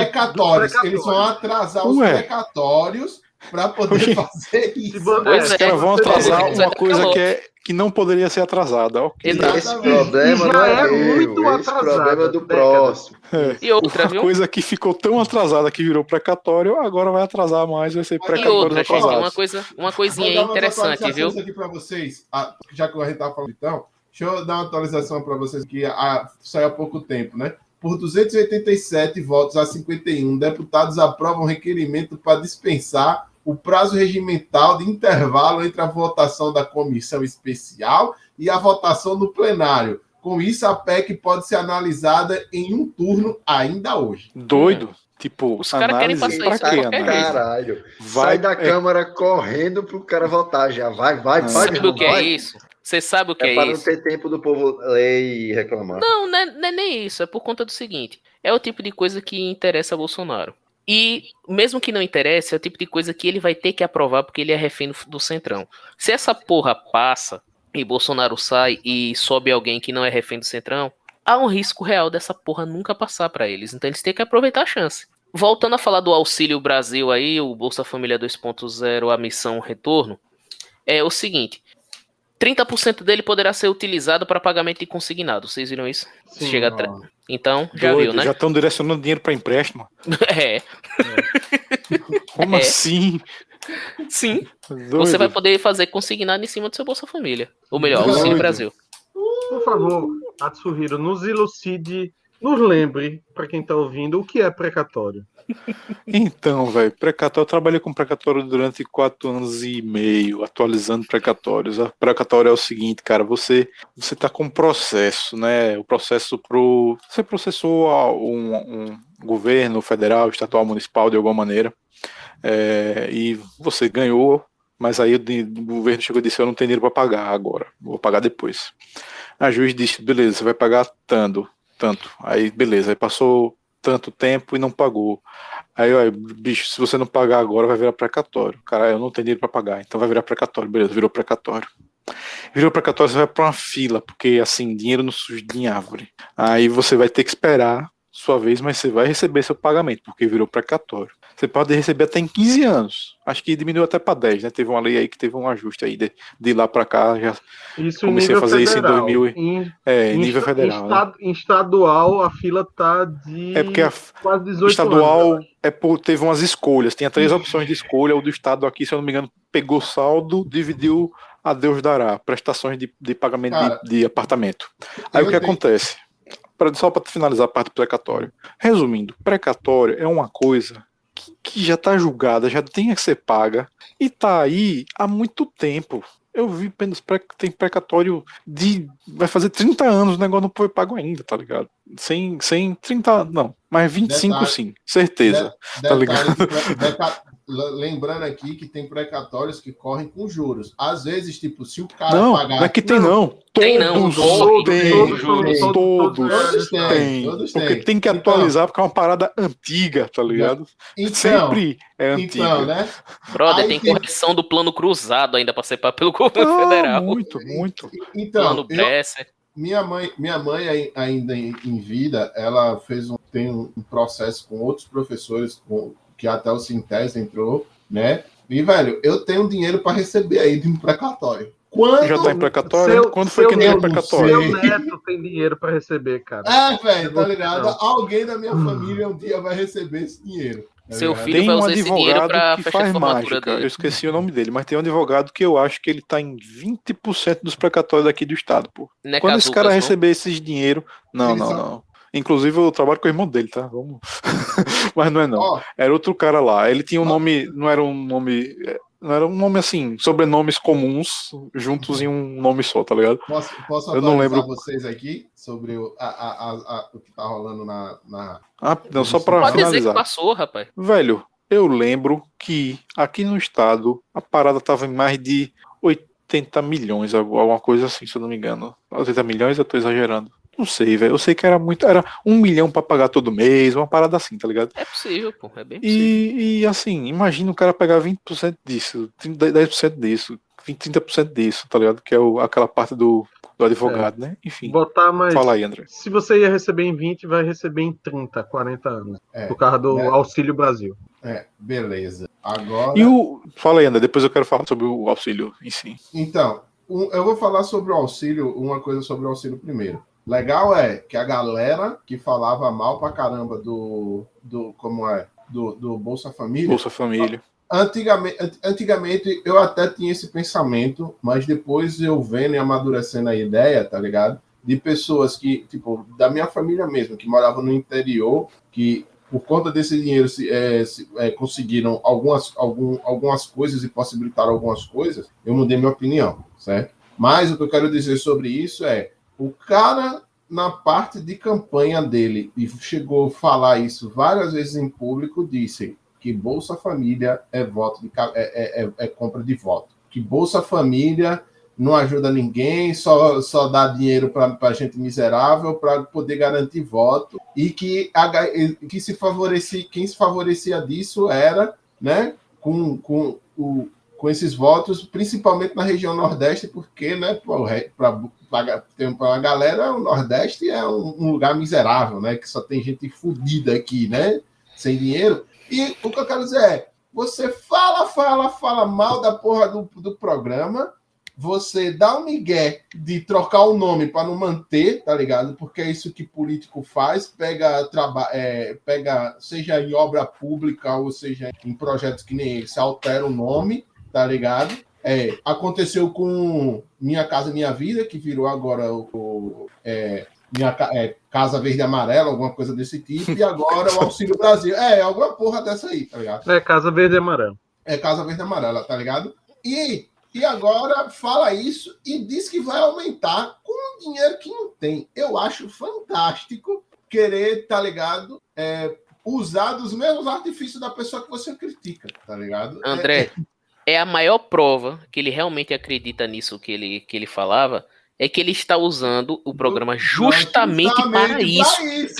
Eles vão atrasar os precatórios para poder fazer isso. Os caras vão atrasar uma coisa que não poderia ser atrasada. Okay. Esse problema não é muito atrasado. Esse problema é do próximo. E outra, viu? Coisa que ficou tão atrasada que virou precatório, agora vai atrasar mais, vai ser precatório atrasado. Uma coisinha interessante, viu? Aqui para vocês, já que a gente tá falando então, deixa eu dar uma atualização para vocês que saiu há pouco tempo, né? Por 287 votos a 51, deputados aprovam requerimento para dispensar o prazo regimental de intervalo entre a votação da comissão especial e a votação no plenário. Com isso, a PEC pode ser analisada em um turno ainda hoje. Doido. Tipo, os caras querem passar isso pra quê, caralho. Sai da Câmara correndo pro cara votar já. Vai. Sabe o que é isso? Você sabe o que é isso? Para não ter tempo do povo ler e reclamar. Não é nem isso. É por conta do seguinte. É o tipo de coisa que interessa a Bolsonaro. E mesmo que não interesse, é o tipo de coisa que ele vai ter que aprovar porque ele é refém do Centrão. Se essa porra passa e Bolsonaro sai e sobe alguém que não é refém do Centrão, há um risco real dessa porra nunca passar pra eles. Então eles têm que aproveitar a chance. Voltando a falar do Auxílio Brasil aí, o Bolsa Família 2.0, a missão retorno, é o seguinte: 30% dele poderá ser utilizado para pagamento de consignado. Vocês viram isso? Sim, chega a Então, já doido, viu, né? Já estão direcionando dinheiro para empréstimo. Como assim? Sim. Doido. Você vai poder fazer consignado em cima do seu Bolsa Família. Ou melhor, Auxílio Brasil. Por favor, Atsuhiro, nos elucide, nos lembre, para quem está ouvindo, o que é precatório. Então, velho, precatório, eu trabalhei com precatório durante 4 anos e meio, atualizando precatórios. A precatório é o seguinte, cara, você tá com um processo, né? O processo você processou um governo federal, estadual, municipal, de alguma maneira, e você ganhou, mas aí o governo chegou e disse: eu não tenho dinheiro para pagar agora, vou pagar depois. A juiz disse: beleza, você vai pagar tanto. Aí, beleza, aí passou tanto tempo e não pagou. Aí, bicho, se você não pagar agora, vai virar precatório. Cara, eu não tenho dinheiro para pagar, então vai virar precatório. Beleza, virou precatório. Virou precatório, você vai para uma fila, porque, assim, dinheiro não surge em árvore. Aí você vai ter que esperar sua vez, mas você vai receber seu pagamento, porque virou precatório. Você pode receber até em 15 anos. Acho que diminuiu até para 10, né? Teve uma lei aí que teve um ajuste aí de lá para cá. Já isso comecei a fazer federal. Isso em 2000. Em nível federal. Em estadual, a fila tá de porque quase 18 estadual anos. Teve umas escolhas. Tinha 3 opções de escolha. O do estado aqui, se eu não me engano, pegou saldo, dividiu a Deus dará. Prestações de pagamento de apartamento. Aí o que acontece? Só para finalizar a parte do precatório. Resumindo, precatório é uma coisa que já está julgada, já tem que ser paga e tá aí há muito tempo. Eu vi tem precatório vai fazer 30 anos, o negócio não foi pago ainda, tá ligado? Sem 30, não, mas 25 detalhe, sim, certeza, tá ligado? Lembrando aqui que tem precatórios que correm com juros. Às vezes, tipo, se o cara pagar... Não é que tem, não. Todos têm. Porque tem que atualizar, porque é uma parada antiga, tá ligado? Sempre é antiga. Então, né? Brother, tem correção do plano cruzado ainda para ser pelo governo federal. Muito. Plano Bresser. Minha mãe ainda em vida, ela tem um processo com outros professores, que até o Sintese entrou, né? E, velho, eu tenho dinheiro para receber aí de um precatório. Já tá em precatório? Quando foi que não é precatório? Seu neto tem dinheiro para receber, cara. Velho, tá ligado? Alguém da minha família um dia vai receber esse dinheiro. Seu filho Tem vai um usar esse dinheiro advogado pra que festa de faz formatura mágica, eu dele. esqueci o nome dele, mas tem um advogado que eu acho que ele tá em 20% dos precatórios daqui do estado, pô. Não é Quando esse cara Cazucas, não? receber esses dinheiro, não, Ele não, só- não. Inclusive eu trabalho com o irmão dele, tá? Vamos. Mas não é não. Ó, Era outro cara lá. Ele tinha um Ó. nome, não era um nome assim, sobrenomes comuns juntos em um nome só, tá ligado? posso Eu não atualizar lembro. vocês aqui sobre o que tá rolando na Ah, não, só pra Pode dizer que finalizar. passou, rapaz. Velho, eu lembro que aqui no estado a parada tava em mais de 80 milhões, alguma coisa assim, se eu não me engano. 80 milhões, eu tô exagerando. Não sei, velho. Eu sei que era muito. Era 1 milhão pra pagar todo mês, uma parada assim, tá ligado? É possível, pô. É bem possível. E assim, imagina o cara pegar 20% disso, 10% disso, 30% disso, tá ligado? Que é aquela parte do advogado, né? Enfim. Botar mais. Fala aí, André. Se você ia receber em 20, vai receber em 30, 40 anos. Por causa do né? Auxílio Brasil. Beleza. Agora. Fala aí, André, depois eu quero falar sobre o auxílio em si. Então, eu vou falar sobre o auxílio, uma coisa sobre o auxílio primeiro. Legal é que a galera que falava mal pra caramba do Bolsa Família. Bolsa Família. Antigamente eu até tinha esse pensamento, mas depois eu vendo e amadurecendo a ideia, tá ligado? De pessoas que, tipo, da minha família mesmo, que moravam no interior, que por conta desse dinheiro conseguiram algumas coisas e possibilitaram algumas coisas, eu mudei minha opinião, certo? Mas o que eu quero dizer sobre isso é, o cara, na parte de campanha dele, e chegou a falar isso várias vezes em público, disse que Bolsa Família é compra de voto. Que Bolsa Família não ajuda ninguém, só dá dinheiro para gente miserável para poder garantir voto. E que quem se favorecia disso era, né, com esses votos, principalmente na região Nordeste, porque, né, para a galera, o Nordeste é um lugar miserável, né, que só tem gente fodida aqui, né, sem dinheiro. E o que eu quero dizer é, você fala mal da porra do programa, você dá um migué de trocar o nome para não manter, tá ligado? Porque é isso que político faz, pega, seja em obra pública ou seja em projetos que nem esse, altera o nome, tá ligado? Aconteceu com Minha Casa Minha Vida, que virou agora Casa Verde e Amarela, alguma coisa desse tipo, e agora o Auxílio Brasil. Alguma porra dessa aí, tá ligado? Casa Verde e Amarela. Casa Verde e Amarela, tá ligado? E agora fala isso e diz que vai aumentar com dinheiro que não tem. Eu acho fantástico querer, tá ligado? Usar dos mesmos artifícios da pessoa que você critica, tá ligado? André, é a maior prova que ele realmente acredita nisso que ele falava, é que ele está usando o programa justamente para isso.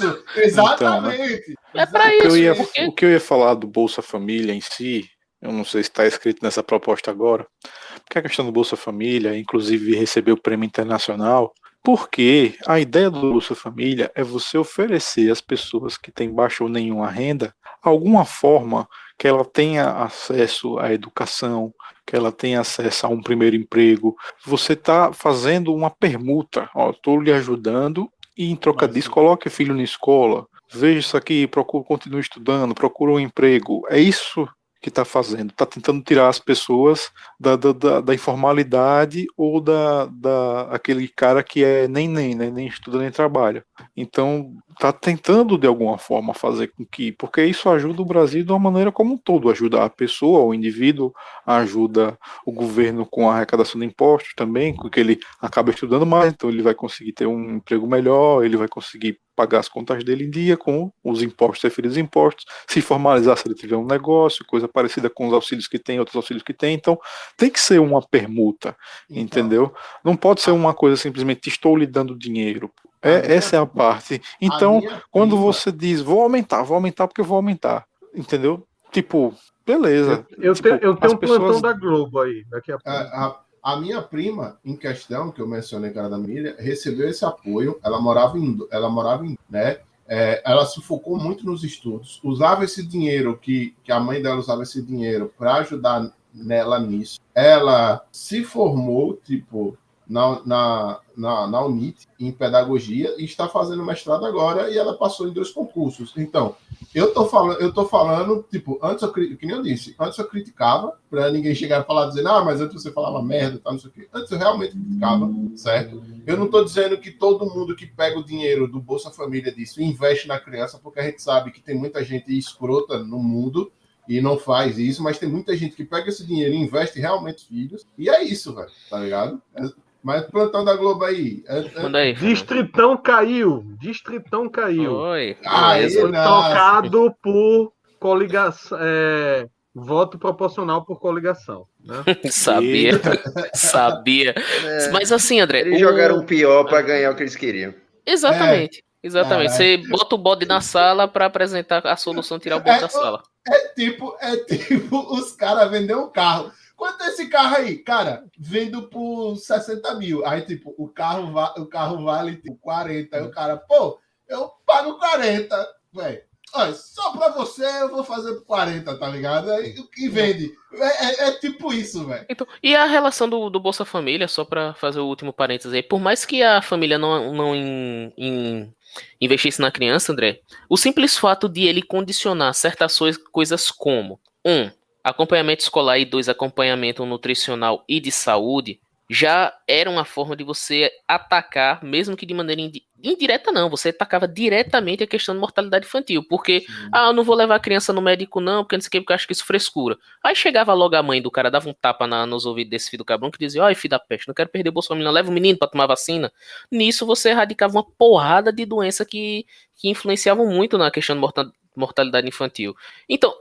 Exatamente. Então, é para isso. O que eu ia falar do Bolsa Família em si, eu não sei se está escrito nessa proposta agora, porque a questão do Bolsa Família, inclusive recebeu o prêmio internacional, porque a ideia do Bolsa Família é você oferecer às pessoas que têm baixa ou nenhuma renda alguma forma que ela tenha acesso à educação, que ela tenha acesso a um primeiro emprego. Você está fazendo uma permuta. Estou lhe ajudando e em troca disso coloque filho na escola. Veja isso aqui, continue estudando, procure um emprego. É isso que está fazendo, está tentando tirar as pessoas da informalidade ou aquele cara que nem estuda nem trabalha. Então, está tentando de alguma forma fazer com que, porque isso ajuda o Brasil de uma maneira como um todo, ajuda a pessoa, o indivíduo, ajuda o governo com a arrecadação de impostos também, porque ele acaba estudando mais, então ele vai conseguir ter um emprego melhor, ele vai conseguir pagar as contas dele em dia com os impostos, referidos impostos, se formalizar se ele tiver um negócio, coisa parecida com os auxílios que tem, outros auxílios que tem. Então, tem que ser uma permuta, entendeu? Não pode ser uma coisa simplesmente estou lhe dando dinheiro. Essa é a parte. Então, quando você diz vou aumentar porque eu vou aumentar, entendeu? Tipo, beleza. Eu tenho um plantão da Globo aí, daqui a pouco. A minha prima, em questão, que eu mencionei, cara da Milha, recebeu esse apoio. Ela morava em, né? Ela se focou muito nos estudos, usava esse dinheiro, que a mãe dela usava esse dinheiro para ajudar nela nisso. Ela se formou, tipo, na UNIT, em pedagogia, e está fazendo mestrado agora, e ela passou em 2 concursos. Então, Eu tô falando, tipo, antes que nem eu disse, antes eu criticava, pra ninguém chegar e falar, dizendo, mas antes você falava merda, tá, não sei o quê. Antes eu realmente criticava, certo? Eu não tô dizendo que todo mundo que pega o dinheiro do Bolsa Família disso investe na criança, porque a gente sabe que tem muita gente escrota no mundo e não faz isso, mas tem muita gente que pega esse dinheiro e investe realmente nos filhos, e é isso, velho, tá ligado? Mas plantão da Globo aí. Manda aí. Distritão caiu. Oi. Foi tocado por coligação, voto proporcional por coligação. Né? Sabia. Mas assim, André. Eles jogaram o pior para ganhar o que eles queriam. Exatamente. Você bota o bode na sala para apresentar a solução, tirar o bode da sala. É tipo os caras vender um carro. Quanto é esse carro aí? Cara, vendo por 60 mil. Aí, tipo, o carro vale tipo, 40. Aí o cara, pô, eu pago 40, velho. Olha, só pra você eu vou fazer por 40, tá ligado? Aí o que vende. É tipo isso, velho. Então, e a relação do Bolsa Família, só pra fazer o último parênteses aí, por mais que a família não investisse na criança, André, o simples fato de ele condicionar certas coisas como, acompanhamento escolar e 2, acompanhamento nutricional e de saúde, já era uma forma de você atacar, mesmo que de maneira indireta não, você atacava diretamente a questão de mortalidade infantil, porque, eu não vou levar a criança no médico não, porque não sei o que, porque eu acho que isso é frescura. Aí chegava logo a mãe do cara, dava um tapa nos ouvidos desse filho do cabrão, que dizia, filho da peste, não quero perder o Bolsa Família, não, leva o menino pra tomar vacina. Nisso você erradicava uma porrada de doença que influenciavam muito na questão de mortalidade infantil. Então,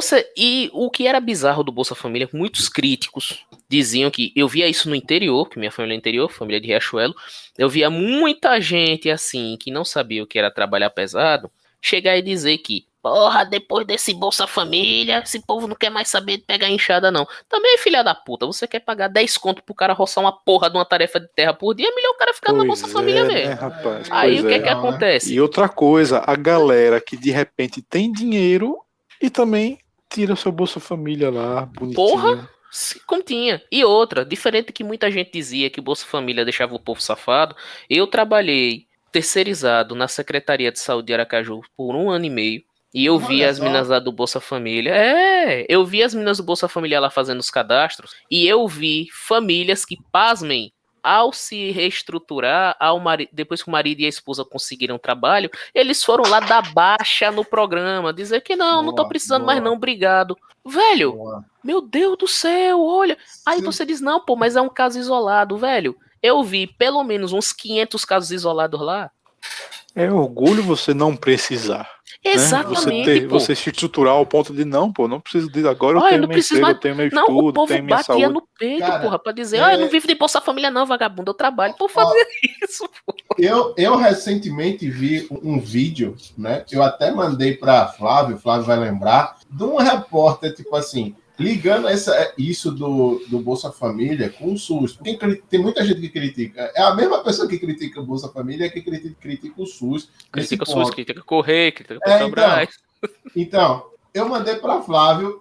e o que era bizarro do Bolsa Família, muitos críticos diziam que, eu via isso no interior, que minha família é interior, família de Riachuelo, eu via muita gente assim, que não sabia o que era trabalhar pesado, chegar e dizer que, porra, depois desse Bolsa Família, esse povo não quer mais saber de pegar enxada não. Também, filha da puta, você quer pagar 10 conto pro cara roçar uma porra de uma tarefa de terra por dia, é melhor o cara ficar na Bolsa Família mesmo. Rapaz, aí o que acontece? E outra coisa, a galera que de repente tem dinheiro e também tira o seu Bolsa Família lá, bonitinho. Porra, como tinha. E outra, diferente que muita gente dizia que o Bolsa Família deixava o povo safado, eu trabalhei terceirizado na Secretaria de Saúde de Aracaju por 1 ano e meio, e eu vi as meninas lá do Bolsa Família. Eu vi as meninas do Bolsa Família lá fazendo os cadastros, e eu vi famílias que, pasmem, ao se reestruturar, depois que o marido e a esposa conseguiram trabalho, eles foram lá dar baixa no programa, dizer que não tô precisando mais não, obrigado. Velho, meu Deus do céu, olha. Aí você diz, não, pô, mas é um caso isolado, velho. Eu vi pelo menos uns 500 casos isolados lá. É orgulho você não precisar. Exatamente, né? Você se estruturar ao ponto de não preciso disso agora, eu tenho meu emprego, eu tenho meu estudo, tenho minha saúde. O povo batia no peito, cara, porra, pra dizer, eu não vivo de Bolsa Família não, vagabundo, eu trabalho por fazer isso, porra. Eu recentemente vi um vídeo, né, eu até mandei pra Flávio vai lembrar, de um repórter, tipo assim, ligando isso do Bolsa Família com o SUS. Tem muita gente que critica. É a mesma pessoa que critica o Bolsa Família que critica o SUS. Critica o SUS, critica o Correio, critica o Petrobras. Então, eu mandei para Flávio,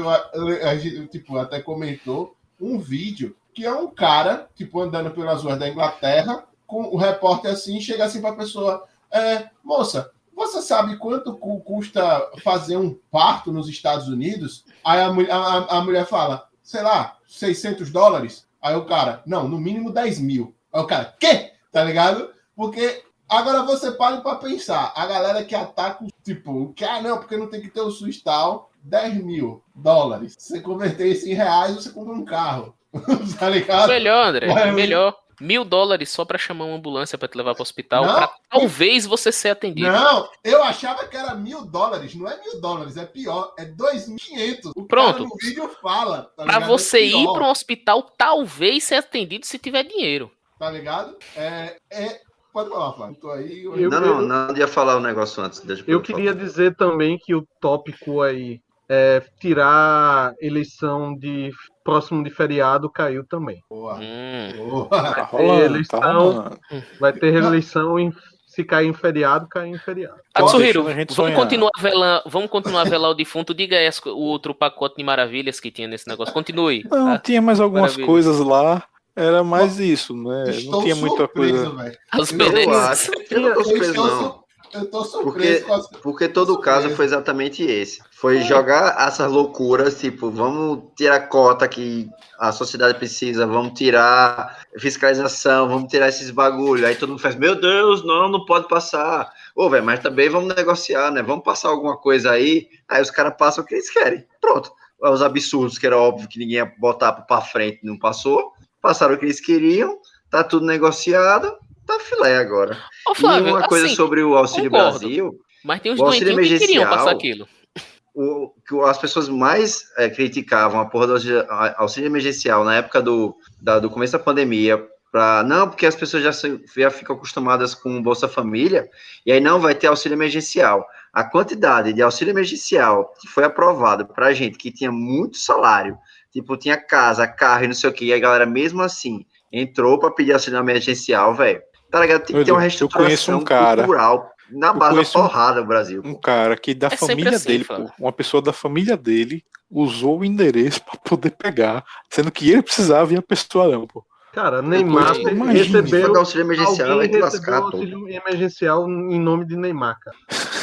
tipo, até comentou um vídeo que é um cara, tipo, andando pelas ruas da Inglaterra, com o repórter assim, chega assim para a pessoa, moça, você sabe quanto custa fazer um parto nos Estados Unidos? Aí a mulher fala, sei lá, $600. Aí o cara, não, no mínimo 10 mil. Aí o cara, quê? Tá ligado? Porque agora você para para pensar, a galera que ataca, tipo, que não, porque não tem que ter o SUS tal, $10 mil. Você converter isso em reais, você compra um carro. Tá ligado? Melhor, André, melhor. $1.000 só pra chamar uma ambulância pra te levar pro hospital, pra talvez você ser atendido. Não, eu achava que era $1.000, não é $1.000, é pior, é 2.500. Pronto. Cara no vídeo fala. Tá pra ligado? você ir pra um hospital, talvez ser atendido se tiver dinheiro. Tá ligado? Pode falar, Flávio. Tô aí. Não ia falar o negócio antes. Eu queria dizer também que o tópico aí tirar eleição próximo de feriado caiu também. Boa. Vai ter eleição se cair em feriado, cai em feriado. Atsuhiro, vamos continuar a velar o defunto. Diga aí o outro pacote de maravilhas que tinha nesse negócio. Continue. Não, tinha mais algumas coisas lá. Era mais isso, né? Não tinha muita coisa. As benesses. Eu tô surpreso porque todo o caso foi exatamente esse. Foi jogar essas loucuras, tipo, vamos tirar cota que a sociedade precisa, vamos tirar fiscalização, vamos tirar esses bagulho. Aí todo mundo faz, meu Deus, não pode passar. Ô, velho, mas também vamos negociar, né? Vamos passar alguma coisa aí. Aí os caras passam o que eles querem. Pronto. Os absurdos, que era óbvio que ninguém ia botar pra frente, não passou. Passaram o que eles queriam, tá tudo negociado, tá filé agora. Ô, Flávio, e uma coisa assim, sobre o Auxílio Brasil... Mas tem uns doentinhos que queriam passar aquilo. Que as pessoas mais criticavam a porra do auxílio emergencial na época do começo da pandemia, não, porque as pessoas já ficam acostumadas com Bolsa Família, e aí não vai ter auxílio emergencial. A quantidade de auxílio emergencial que foi aprovado pra gente, que tinha muito salário, tipo, tinha casa, carro e não sei o que, e a galera mesmo assim entrou pra pedir auxílio emergencial, velho. Tá ligado? Tem que ter uma reestruturação cultural na base da porrada do Brasil. Um cara que da família assim, dele, pô, uma pessoa da família dele usou o endereço pra poder pegar, sendo que ele precisava e a pessoa não, pô. Cara, Neymar recebeu auxílio emergencial, vai te lascar, auxílio emergencial em nome de Neymar, cara.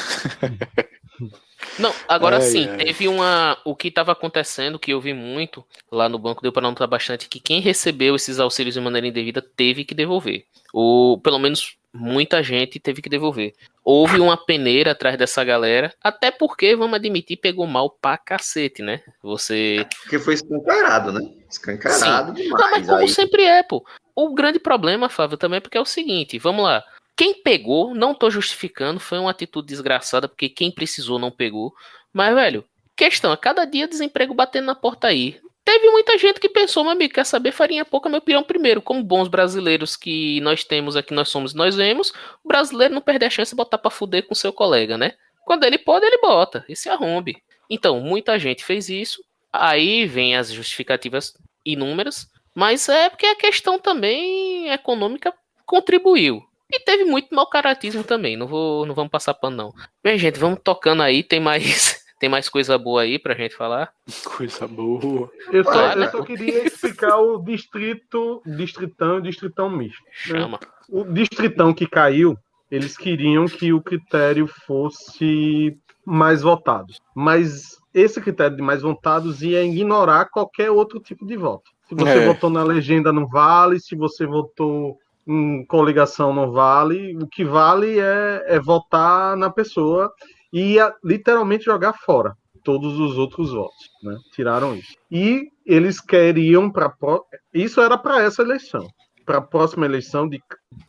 Não, agora sim, teve o que estava acontecendo, que eu vi muito lá no banco, deu para notar bastante, que quem recebeu esses auxílios de maneira indevida teve que devolver. Ou, pelo menos, muita gente teve que devolver. Houve uma peneira atrás dessa galera, até porque, vamos admitir, pegou mal pra cacete, né? Porque foi escancarado, né? Escancarado demais. Não, mas como sempre é, pô. O grande problema, Flávio, também é porque é o seguinte, vamos lá. Quem pegou, não tô justificando, foi uma atitude desgraçada, porque quem precisou não pegou. Mas, velho, questão, a cada dia desemprego batendo na porta aí. Teve muita gente que pensou, meu amigo, quer saber, farinha pouca, meu pirão primeiro. Como bons brasileiros que nós temos aqui, nós somos e nós vemos, o brasileiro não perde a chance de botar pra fuder com seu colega, né? Quando ele pode, ele bota, e se arrombe. Então, muita gente fez isso, aí vem as justificativas inúmeras, mas é porque a questão também econômica contribuiu. E teve muito mau caratismo também, não vamos passar pano não. Bem, gente, vamos tocando aí, tem mais coisa boa aí pra gente falar? Coisa boa. Eu só queria explicar o distritão e distritão misto. Chama. Né? O distritão que caiu, eles queriam que o critério fosse mais votado. Mas esse critério de mais votados ia ignorar qualquer outro tipo de voto. Se você votou na legenda, não vale. Se você votou em coligação, não vale. O que vale é votar na pessoa e literalmente jogar fora todos os outros votos, né? Tiraram isso. E eles queriam isso era para essa eleição. Para a próxima eleição de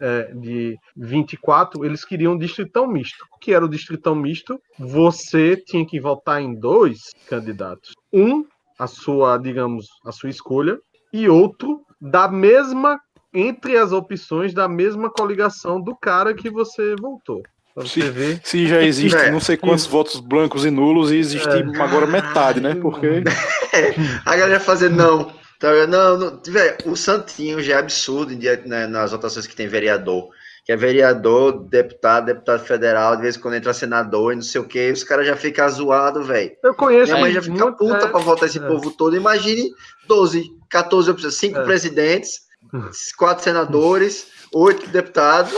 24, eles queriam um distritão misto. O que era o distritão misto? Você tinha que votar em 2 candidatos. A sua escolha, e outro entre as opções da mesma coligação do cara que você votou. Se já existe não sei quantos votos brancos e nulos, e existe agora metade, né? Porque a galera fazer não, velho, o santinho já é absurdo nas votações que tem vereador, que é vereador, deputado federal, de vez em quando entra senador e não sei o que, os caras já ficam zoados, velho. Eu conheço. Minha mãe já fica puta pra votar esse povo todo. Imagine 12, 14 opções, 5 presidentes, 4 senadores, 8 deputados.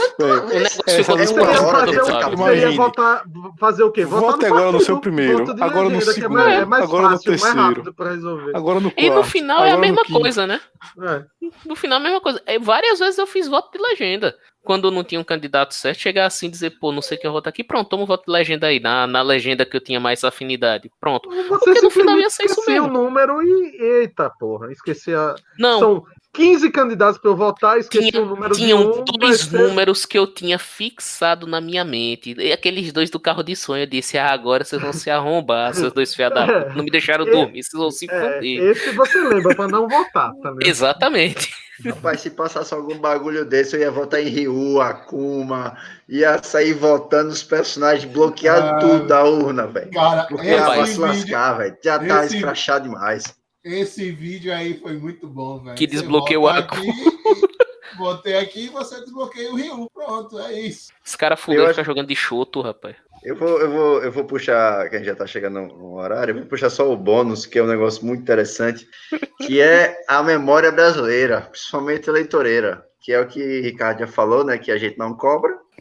Fazer o quê? Vote agora no seu primeiro, agora no segundo, agora no terceiro, agora no quarto. E no final é a mesma coisa, né? No final é a mesma coisa. Várias vezes eu fiz voto de legenda. Quando não tinha um candidato certo, chegar assim e dizer, pô, não sei quem vota aqui, pronto, toma um voto de legenda aí, na legenda que eu tinha mais afinidade. Pronto. Porque no final ia ser isso mesmo. O número e... Eita, porra, esqueci a... Não. São 15 candidatos para eu votar, esqueci o número de um. Tinham 2 números que eu tinha fixado na minha mente. E aqueles 2 do carro de sonho, eu disse, agora vocês vão se arrombar, seus 2 fiados da puta. Não me deixaram dormir, vocês vão se foder. Esse você lembra, para não votar, também. Exatamente. Rapaz, se passasse algum bagulho desse, eu ia votar em Ryu, Akuma, ia sair votando os personagens, bloquear tudo da urna, velho. Porque ia se lascar, velho. Já tá escrachado demais. Esse vídeo aí foi muito bom, velho. Que desbloqueou o Akuma. Botei aqui e você desbloqueia o Ryu. Pronto, é isso. Os caras fuderam ficar jogando de choto, rapaz. Eu vou puxar, que a gente já tá chegando no horário, eu vou puxar só o bônus, que é um negócio muito interessante, que é a memória brasileira, principalmente eleitoreira, que é o que o Ricardo já falou, né, que a gente não cobra,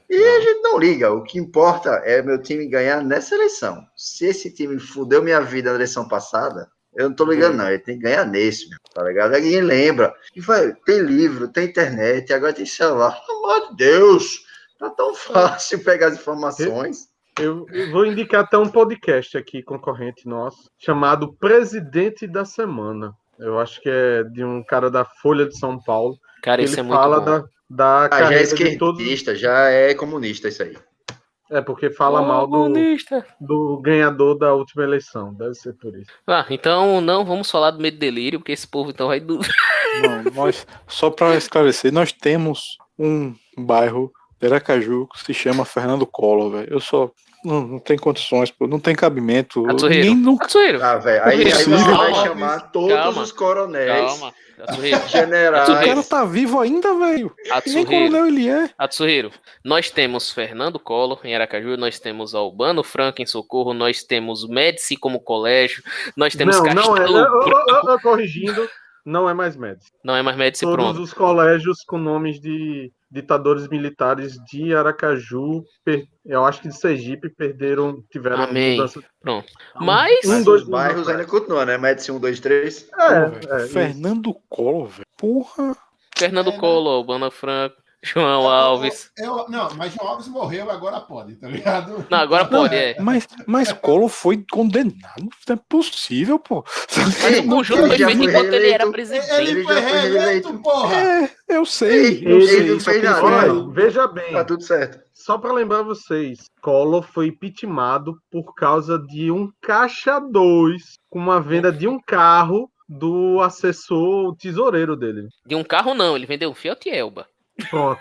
E a gente não liga. O que importa é meu time ganhar nessa eleição. Se esse time fudeu minha vida na eleição passada, eu não tô ligando, não. Ele tem que ganhar nesse, meu, tá ligado? Aí ninguém lembra. E tem livro, tem internet, agora tem celular. Pelo amor de Deus! Tá tão fácil pegar as informações. Eu vou indicar até um podcast aqui, concorrente nosso, chamado Presidente da Semana. Eu acho que é de um cara da Folha de São Paulo. Cara, isso é muito fala bom. da Já é carreira de todos. esquerdista, já é comunista isso aí. É porque fala mal do ganhador da última eleição. Deve ser por isso. Então não vamos falar do medo e delírio, porque esse povo então vai... Não, nós, só para esclarecer, nós temos um bairro de Aracaju que se chama Fernando Collor, velho. Eu só... Não tem condições, pô, não tem cabimento. Ninguém nunca... velho, aí você vai chamar todos os coronéis. Calma. Generais. O cara tá vivo ainda, velho. Nem coronel ele é. Atsuhiro, nós temos Fernando Collor em Aracaju, nós temos Albano Franco em Socorro, nós temos Médici como colégio, nós temos Castelo... Corrigindo, não é mais Médici. Não é mais Médici, pronto. Todos os colégios com nomes de ditadores militares de Aracaju, eu acho que de Sergipe, tiveram mudança. Pronto. Mas os bairros ainda continuam, né? Médici 1, 2, 3. Fernando Collor, velho. Porra. Fernando Collor, Albano Franco, João Alves. Não, mas João Alves morreu, agora pode, tá ligado? Não, agora pode, Mas Collor foi condenado. Não é possível, pô. Mas o conjunto foi feito enquanto ele era presidente. Ele foi reeleito, porra. Eu sei. Ele não fez nada. Veja bem. Tá tudo certo. Só para lembrar vocês, Collor foi impeachmentado por causa de um caixa 2 com uma venda de um carro do assessor tesoureiro dele. De um carro não, ele vendeu um Fiat Elba. Pronto.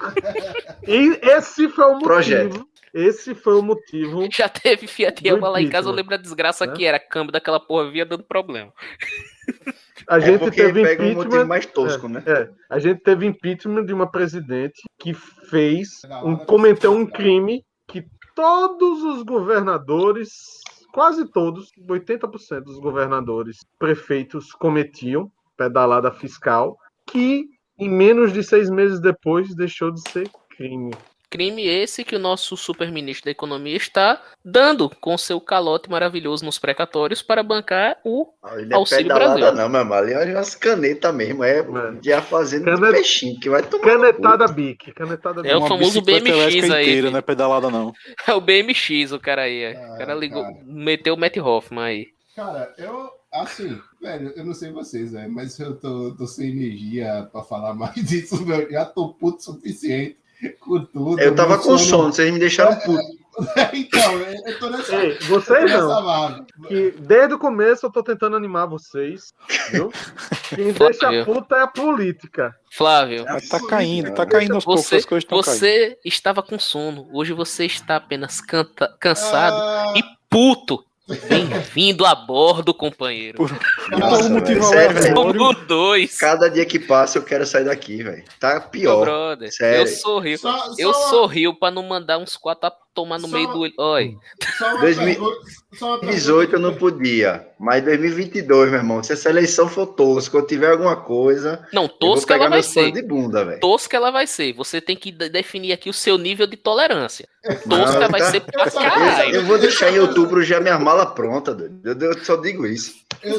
E esse foi o motivo. Projeto. Esse foi o motivo. Já teve Fiat Elba lá em casa, eu lembro da desgraça que era. A câmbio daquela porra via dando problema. A gente porque teve pega um motivo mais tosco, né? A gente teve impeachment de uma presidente que cometeu um crime que todos os governadores, quase todos, 80% dos governadores, prefeitos cometiam, pedalada fiscal, que em menos de 6 meses depois deixou de ser crime. Crime esse que o nosso super-ministro da Economia está dando com seu calote maravilhoso nos precatórios para bancar o Auxílio Brasil. Não, meu irmão, ali é umas canetas mesmo, já fazendo peixinho, que vai tomar. Canetada Bic. É o famoso BMX aí. Inteira, não é pedalada, não. É o BMX, o cara aí. O cara ligou, meteu o Matt Hoffman aí. Cara, assim, velho, eu não sei vocês, velho, mas eu tô sem energia pra falar mais disso, meu. Já tô puto o suficiente com tudo. Eu tava com sono, vocês me deixaram puto. Então, eu tô nessa. Ei, vocês não. Que desde o começo eu tô tentando animar vocês, viu? Quem deixa puta é a política. Flávio. Mas tá caindo aos poucos, as coisas estão caindo. Você estava com sono, hoje você está apenas cansado e puto. Bem-vindo a bordo, companheiro. Nossa, motivo Somos 2. Cada dia que passa eu quero sair daqui, velho. Tá pior. Meu brother, sério. eu sorrio. Eu sorrio pra não mandar uns 4 a tomar no meio do olho. Oi. 2018 eu não podia, mas 2022, meu irmão, se essa eleição for tosca ou tiver alguma coisa... Não, tosca ela vai ser. De bunda, tosca ela vai ser. Você tem que definir aqui o seu nível de tolerância. Tosca vai ser pra caralho. Eu vou deixar em outubro já minha mala pronta, doido. Eu só digo isso. Eu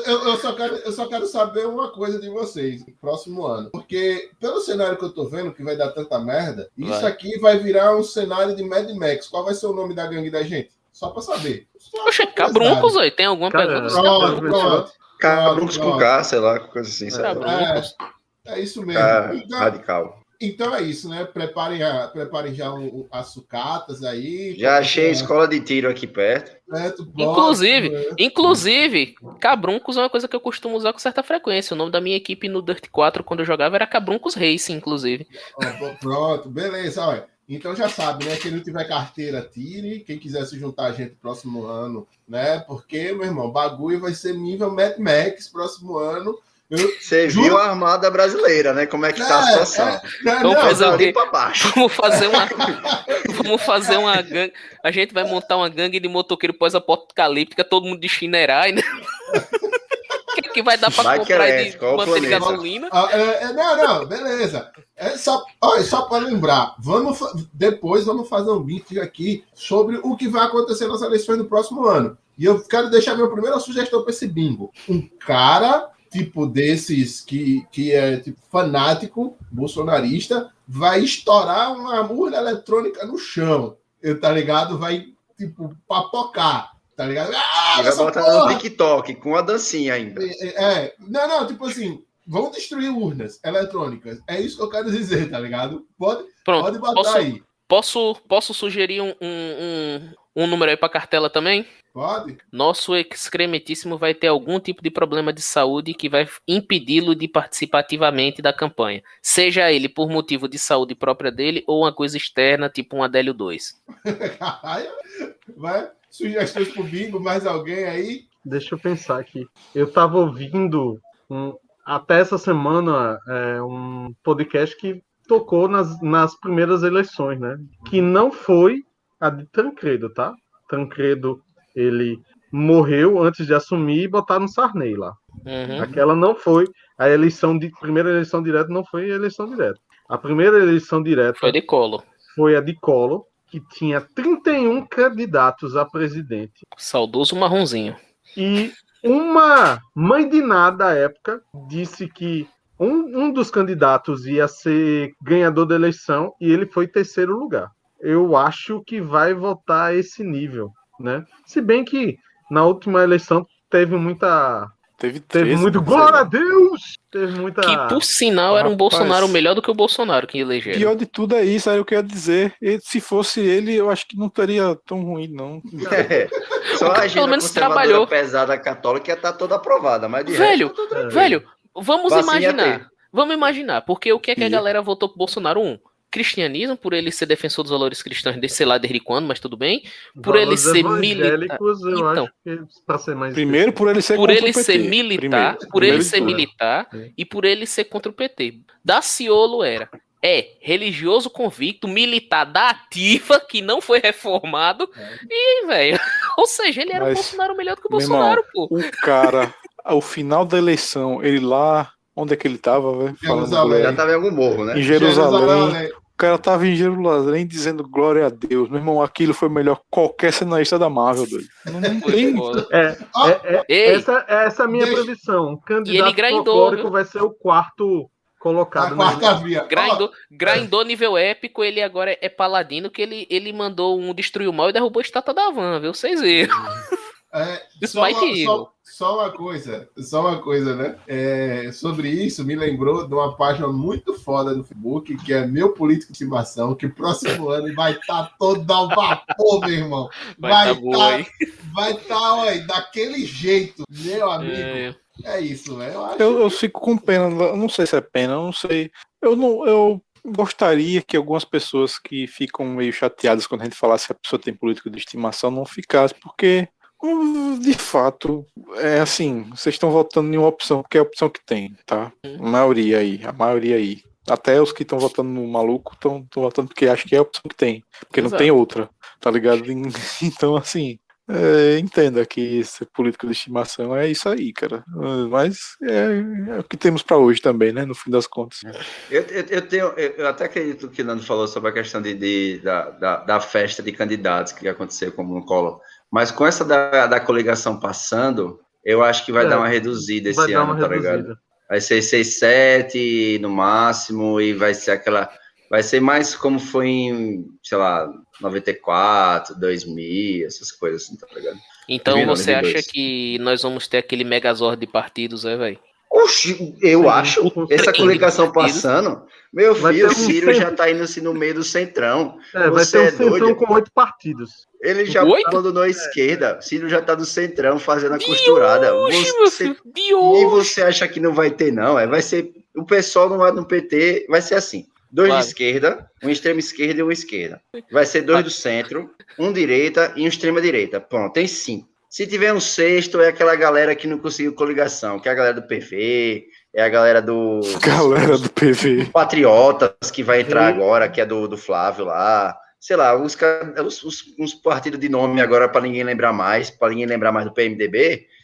só quero saber uma coisa de vocês no próximo ano. Porque, pelo cenário que eu tô vendo, que vai dar tanta merda, isso aqui vai virar um cenário de Mad Max. Qual vai ser o nome da gangue da gente? Só pra saber. Poxa, Cabruncos, aí. Tem alguma pergunta? Pronto. Cabruncos com K, sei lá, coisa assim. É isso mesmo. Radical. Então é isso, né? Preparem já as sucatas aí. Já achei a escola de tiro aqui perto. Inclusive, Cabruncos é uma coisa que eu costumo usar com certa frequência. O nome da minha equipe no Dirt 4, quando eu jogava, era Cabruncos Racing, inclusive. Pronto, beleza, olha. Então já sabe, né? Quem não tiver carteira, tire. Quem quiser se juntar a gente próximo ano, né? Porque, meu irmão, bagulho vai ser nível Mad Max próximo ano. Você viu a Armada Brasileira, né? Como é que tá a situação? Vamos fazer ali para baixo. Vamos fazer uma gangue. A gente vai montar uma gangue de motoqueiro pós-apocalíptica, todo mundo de Shinerai, né? que vai dar pra comprar de manter de gasolina. Não, beleza. Só para lembrar, depois vamos fazer um vídeo aqui sobre o que vai acontecer nas eleições do próximo ano. E eu quero deixar minha primeira sugestão para esse bingo. Um cara tipo desses que é tipo, fanático, bolsonarista, vai estourar uma urna eletrônica no chão. Tá ligado? Vai, tipo, papocar. Tá ligado? E vai botar no TikTok com a dancinha ainda. Não, tipo assim, vão destruir urnas eletrônicas. É isso que eu quero dizer, tá ligado? Pode botar aí. Posso sugerir um número aí pra cartela também? Pode. Nosso excrementíssimo vai ter algum tipo de problema de saúde que vai impedi-lo de participar ativamente da campanha. Seja ele por motivo de saúde própria dele ou uma coisa externa, tipo um Adélio 2. Vai. Sugestões pro bingo, mais alguém aí? Deixa eu pensar aqui. Eu tava ouvindo até essa semana um podcast que tocou nas primeiras eleições, né? Que não foi a de Tancredo, tá? Tancredo, ele morreu antes de assumir e botaram Sarney lá. Uhum. Aquela não foi a primeira eleição direta, não foi a eleição direta. A primeira eleição direta foi de Collor. Foi a de Collor, que tinha 31 candidatos a presidente. Saudoso marronzinho. E uma mãe de nada à época disse que um dos candidatos ia ser ganhador da eleição e ele foi terceiro lugar. Eu acho que vai voltar a esse nível, né? Se bem que na última eleição teve muita... Teve muito glória a Deus! Teve muita... Que, por sinal, era um Bolsonaro melhor do que o Bolsonaro que elegeram. Pior de tudo é isso, era o que eu ia dizer. E se fosse ele, eu acho que não teria tão ruim, não. Só a agenda pelo menos trabalhou. Pesada católica ia estar toda aprovada, mas de velho, vamos imaginar. Vamos imaginar, porque o que é que a galera votou pro Bolsonaro? Cristianismo, por ele ser defensor dos valores cristãos, sei lá desde quando, mas tudo bem. Por ele ser militar. Então, para ser mais primeiro, por ele ser por contra ele o PT. Ser militar, por ele ser militar e por ele ser contra o PT. Daciolo era religioso convicto, militar da ativa, que não foi reformado. E, velho, ou seja, ele era um Bolsonaro melhor do que o Bolsonaro, irmão, pô. O cara, ao final da eleição, ele lá. Onde é que ele tava, velho? Já tava em algum morro, né? Em Jerusalém. O cara tava em Jerusalém dizendo glória a Deus. Meu irmão, aquilo foi melhor que qualquer cenarista da Marvel, doido. Não tem. Essa é a minha previsão. O candidato folclórico vai ser o quarto colocado. A quarta via. Grindou nível épico, ele agora é paladino, que ele mandou destruir o mal e derrubou a estátua da van, viu? Vocês viram. Só uma coisa, né? Sobre isso, me lembrou de uma página muito foda do Facebook, que é Meu Político de Estimação, que próximo ano vai estar todo ao vapor, meu irmão. Vai estar, olha, daquele jeito, meu amigo. É isso, velho. Eu fico com pena, não sei se é pena, não sei. Eu gostaria que algumas pessoas que ficam meio chateadas quando a gente falasse que a pessoa tem político de estimação não ficasse, porque de fato, é assim, vocês estão votando em uma opção, porque é a opção que tem, tá? A maioria aí. Até os que estão votando no maluco estão votando porque acham que é a opção que tem, porque não tem outra, tá ligado? Então, assim, entenda que ser político de estimação é isso aí, cara. Mas é o que temos pra hoje também, né? No fim das contas. Eu até acredito que o Nando falou sobre a questão da festa de candidatos que ia acontecer como no Collor. Mas com essa da coligação passando, eu acho que vai dar uma reduzida esse ano, tá ligado? Vai ser 6, 7 no máximo, e vai ser aquela... Vai ser mais como foi em, sei lá, 94, 2000, essas coisas assim, tá ligado? Então você acha que nós vamos ter aquele megazord de partidos, velho? Oxi, eu acho, essa coligação passando, meu filho, o Ciro já tá indo assim no meio do centrão. Vai ter um centrão com 8 partidos. Ele já abandonou a esquerda, Ciro já tá no centrão fazendo a costurada. E você acha que não vai ter, não? Vai ser, o pessoal no PT vai ser assim: 2 de esquerda, um extrema esquerda e um esquerda. Vai ser 2 do centro, um direita e um extrema direita. Pronto, tem 5. Se tiver um 6º, é aquela galera que não conseguiu coligação, que é a galera do PV, é a galera do... Galera do PV. Patriotas, que vai entrar agora, que é do Flávio lá. Sei lá, uns partidos de nome agora para ninguém lembrar mais do PMDB.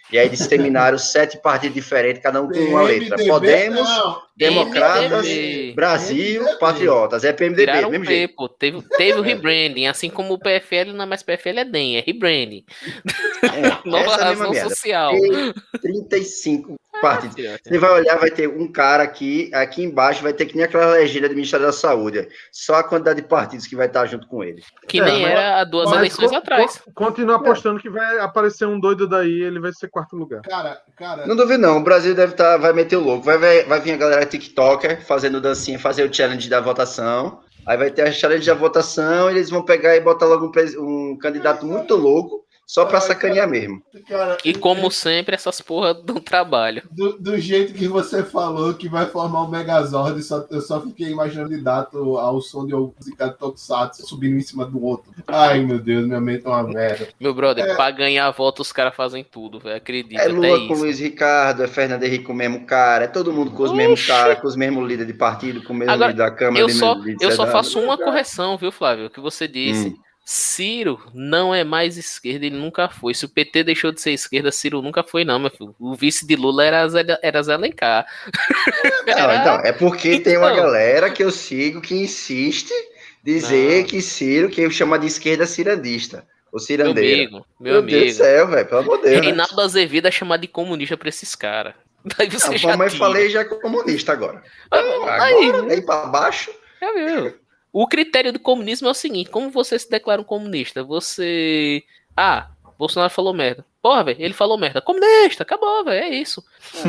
E aí disseminaram 7 partidos diferentes, cada um com uma letra. PMDB, Podemos, não. Democratas, PMDB. Brasil, PMDB. Patriotas. É PMDB, Tiraram mesmo o jeito. P, pô. Teve o rebranding, assim como o PFL não é mais PFL, é DEM, é rebranding. Nova Essa é a mesma razão merda. social. Tem 35 partidos. filhote. Você vai olhar, vai ter um cara aqui embaixo vai ter que nem aquela legenda do Ministério da Saúde. Só a quantidade de partidos que vai estar junto com ele. Que nem era há 2 Mas eleições atrás. Continua apostando que vai aparecer um doido daí, ele vai ser 4º lugar. Cara, Não duvido não, o Brasil vai meter o louco. Vai vir a galera TikToker fazendo dancinha, fazer o challenge da votação. Aí vai ter a challenge da votação, eles vão pegar e botar logo um candidato muito louco, só pra sacanear mesmo. cara, E como sempre, essas porra dão trabalho. do jeito que você falou que vai formar o Megazord, eu só fiquei imaginando candidato ao som de música de Tokusatsu subindo em cima do outro. Ai, meu Deus, minha mente é uma merda. Meu brother, pra ganhar a volta os caras fazem tudo, velho. Acredita, É até Lula com isso. Luiz Ricardo, é Fernando Henrique com o mesmo cara, é todo mundo com os mesmos caras, com os mesmos líderes de partido, com o mesmo Agora, líder da Câmara. Eu só faço uma correção, viu, Flávio? O que você disse. Ciro não é mais esquerda, ele nunca foi. Se o PT deixou de ser esquerda, Ciro nunca foi, não, meu filho. O vice de Lula era Zé Alencar. Não, então, é porque tem uma galera que eu sigo que insiste dizer que Ciro, que chama de esquerda cirandista. O cirandeiro. Meu amigo. Deus do céu, velho, pelo amor de Deus. Reinaldo Azevedo é chamado de comunista pra esses caras. Daí você Não, mas falei já comunista agora. Aí pra baixo. É meu. O critério do comunismo é o seguinte: como você se declara um comunista? Você. Bolsonaro falou merda. Porra, velho, ele falou merda. Comunista, acabou, velho, é isso.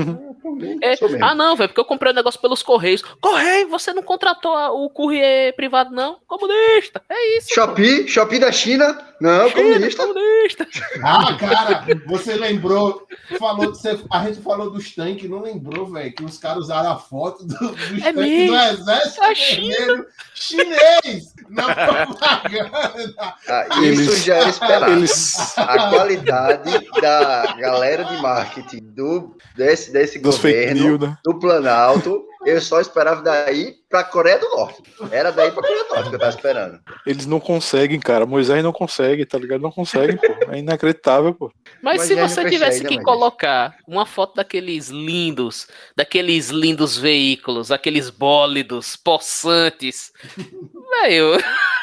Não, velho, porque eu comprei o negócio pelos Correios. Correio, você não contratou o courrier privado, não? Comunista, é isso. Shopee da China? Não, comunista. Cara, você lembrou, a gente falou dos tanques, não lembrou, velho, que os caras usaram a foto dos tanques do Exército Vermelho Chinês na propaganda. Isso já era esperado. A qualidade da galera de marketing desse governo, né? do Planalto, eu só esperava daí pra Coreia do Norte. Era daí pra Coreia do Norte que eu tava esperando. Eles não conseguem, cara. Moisés não consegue, tá ligado? Não conseguem, pô. É inacreditável, pô. Mas se você tivesse que colocar uma foto daqueles lindos veículos, aqueles bólidos, possantes, velho...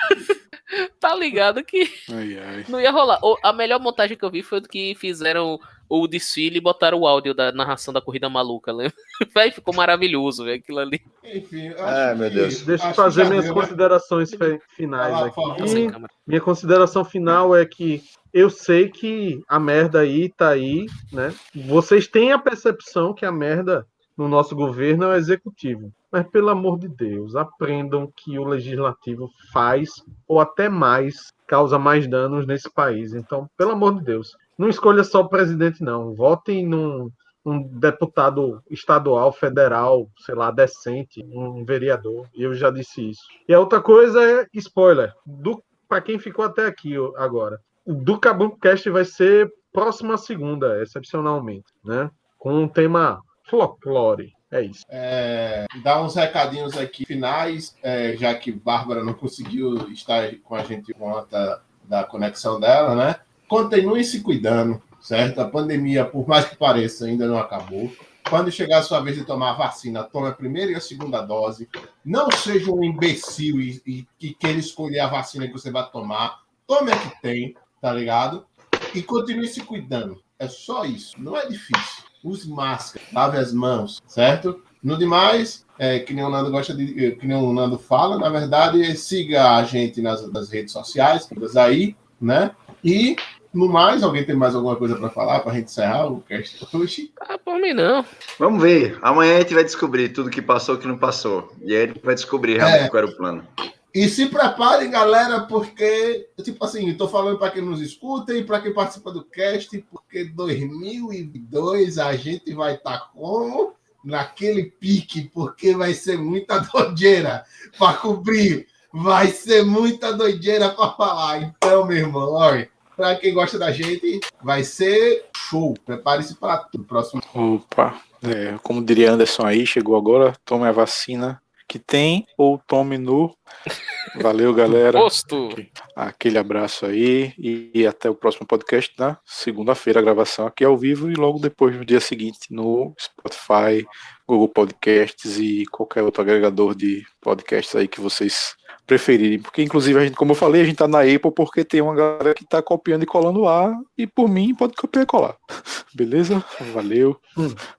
Tá ligado que não ia rolar. A melhor montagem que eu vi foi do que fizeram o desfile e botaram o áudio da narração da corrida maluca, lembra? Véi, ficou maravilhoso, velho, aquilo ali. Enfim, meu Deus. Deixa eu fazer minhas considerações finais aqui. Minha consideração final é que eu sei que a merda aí tá aí, né? Vocês têm a percepção que a merda no nosso governo é o executivo. Mas, pelo amor de Deus, aprendam que o legislativo faz, ou até mais, causa mais danos nesse país. Então, pelo amor de Deus, não escolha só o presidente, não. Votem num deputado estadual, federal, sei lá, decente, um vereador. Eu já disse isso. E a outra coisa é, spoiler, para quem ficou até aqui agora, o do Cabumcast vai ser próxima segunda, excepcionalmente, né? Com um tema folclore. É isso. Dar uns recadinhos aqui finais, já que Bárbara não conseguiu estar com a gente por conta da conexão dela, né? Continue se cuidando, certo? A pandemia, por mais que pareça, ainda não acabou. Quando chegar a sua vez de tomar a vacina, tome a primeira e a segunda dose. Não seja um imbecil e queira escolher a vacina que você vai tomar. Tome a que tem, tá ligado? E continue se cuidando. É só isso. Não é difícil. Use máscara, lave as mãos, certo? No demais, que nem o Nando que nem o Nando fala, na verdade, siga a gente nas redes sociais, todas aí, né? E, no mais, alguém tem mais alguma coisa para falar para a gente encerrar o cast hoje? Por mim não. Vamos ver. Amanhã a gente vai descobrir tudo que passou e que não passou. E aí a gente vai descobrir realmente qual era o plano. E se preparem, galera, porque, tipo assim, estou falando para quem nos escuta e para quem participa do cast, porque 2002 a gente vai estar como? Naquele pique, porque vai ser muita doideira para cobrir. Vai ser muita doideira para falar. Então, meu irmão, olha, para quem gosta da gente, vai ser show. Prepare-se para tudo. Próximo. Opa, como diria Anderson aí, chegou agora, tome a vacina que tem ou tome no. Valeu, galera. Posto. Aquele abraço aí e até o próximo podcast na segunda-feira, a gravação aqui ao vivo e logo depois no dia seguinte no Spotify, Google Podcasts e qualquer outro agregador de podcasts aí que vocês preferirem, porque inclusive a gente, como eu falei, a gente tá na Apple porque tem uma galera que tá copiando e colando lá e por mim pode copiar e colar. Beleza? Valeu.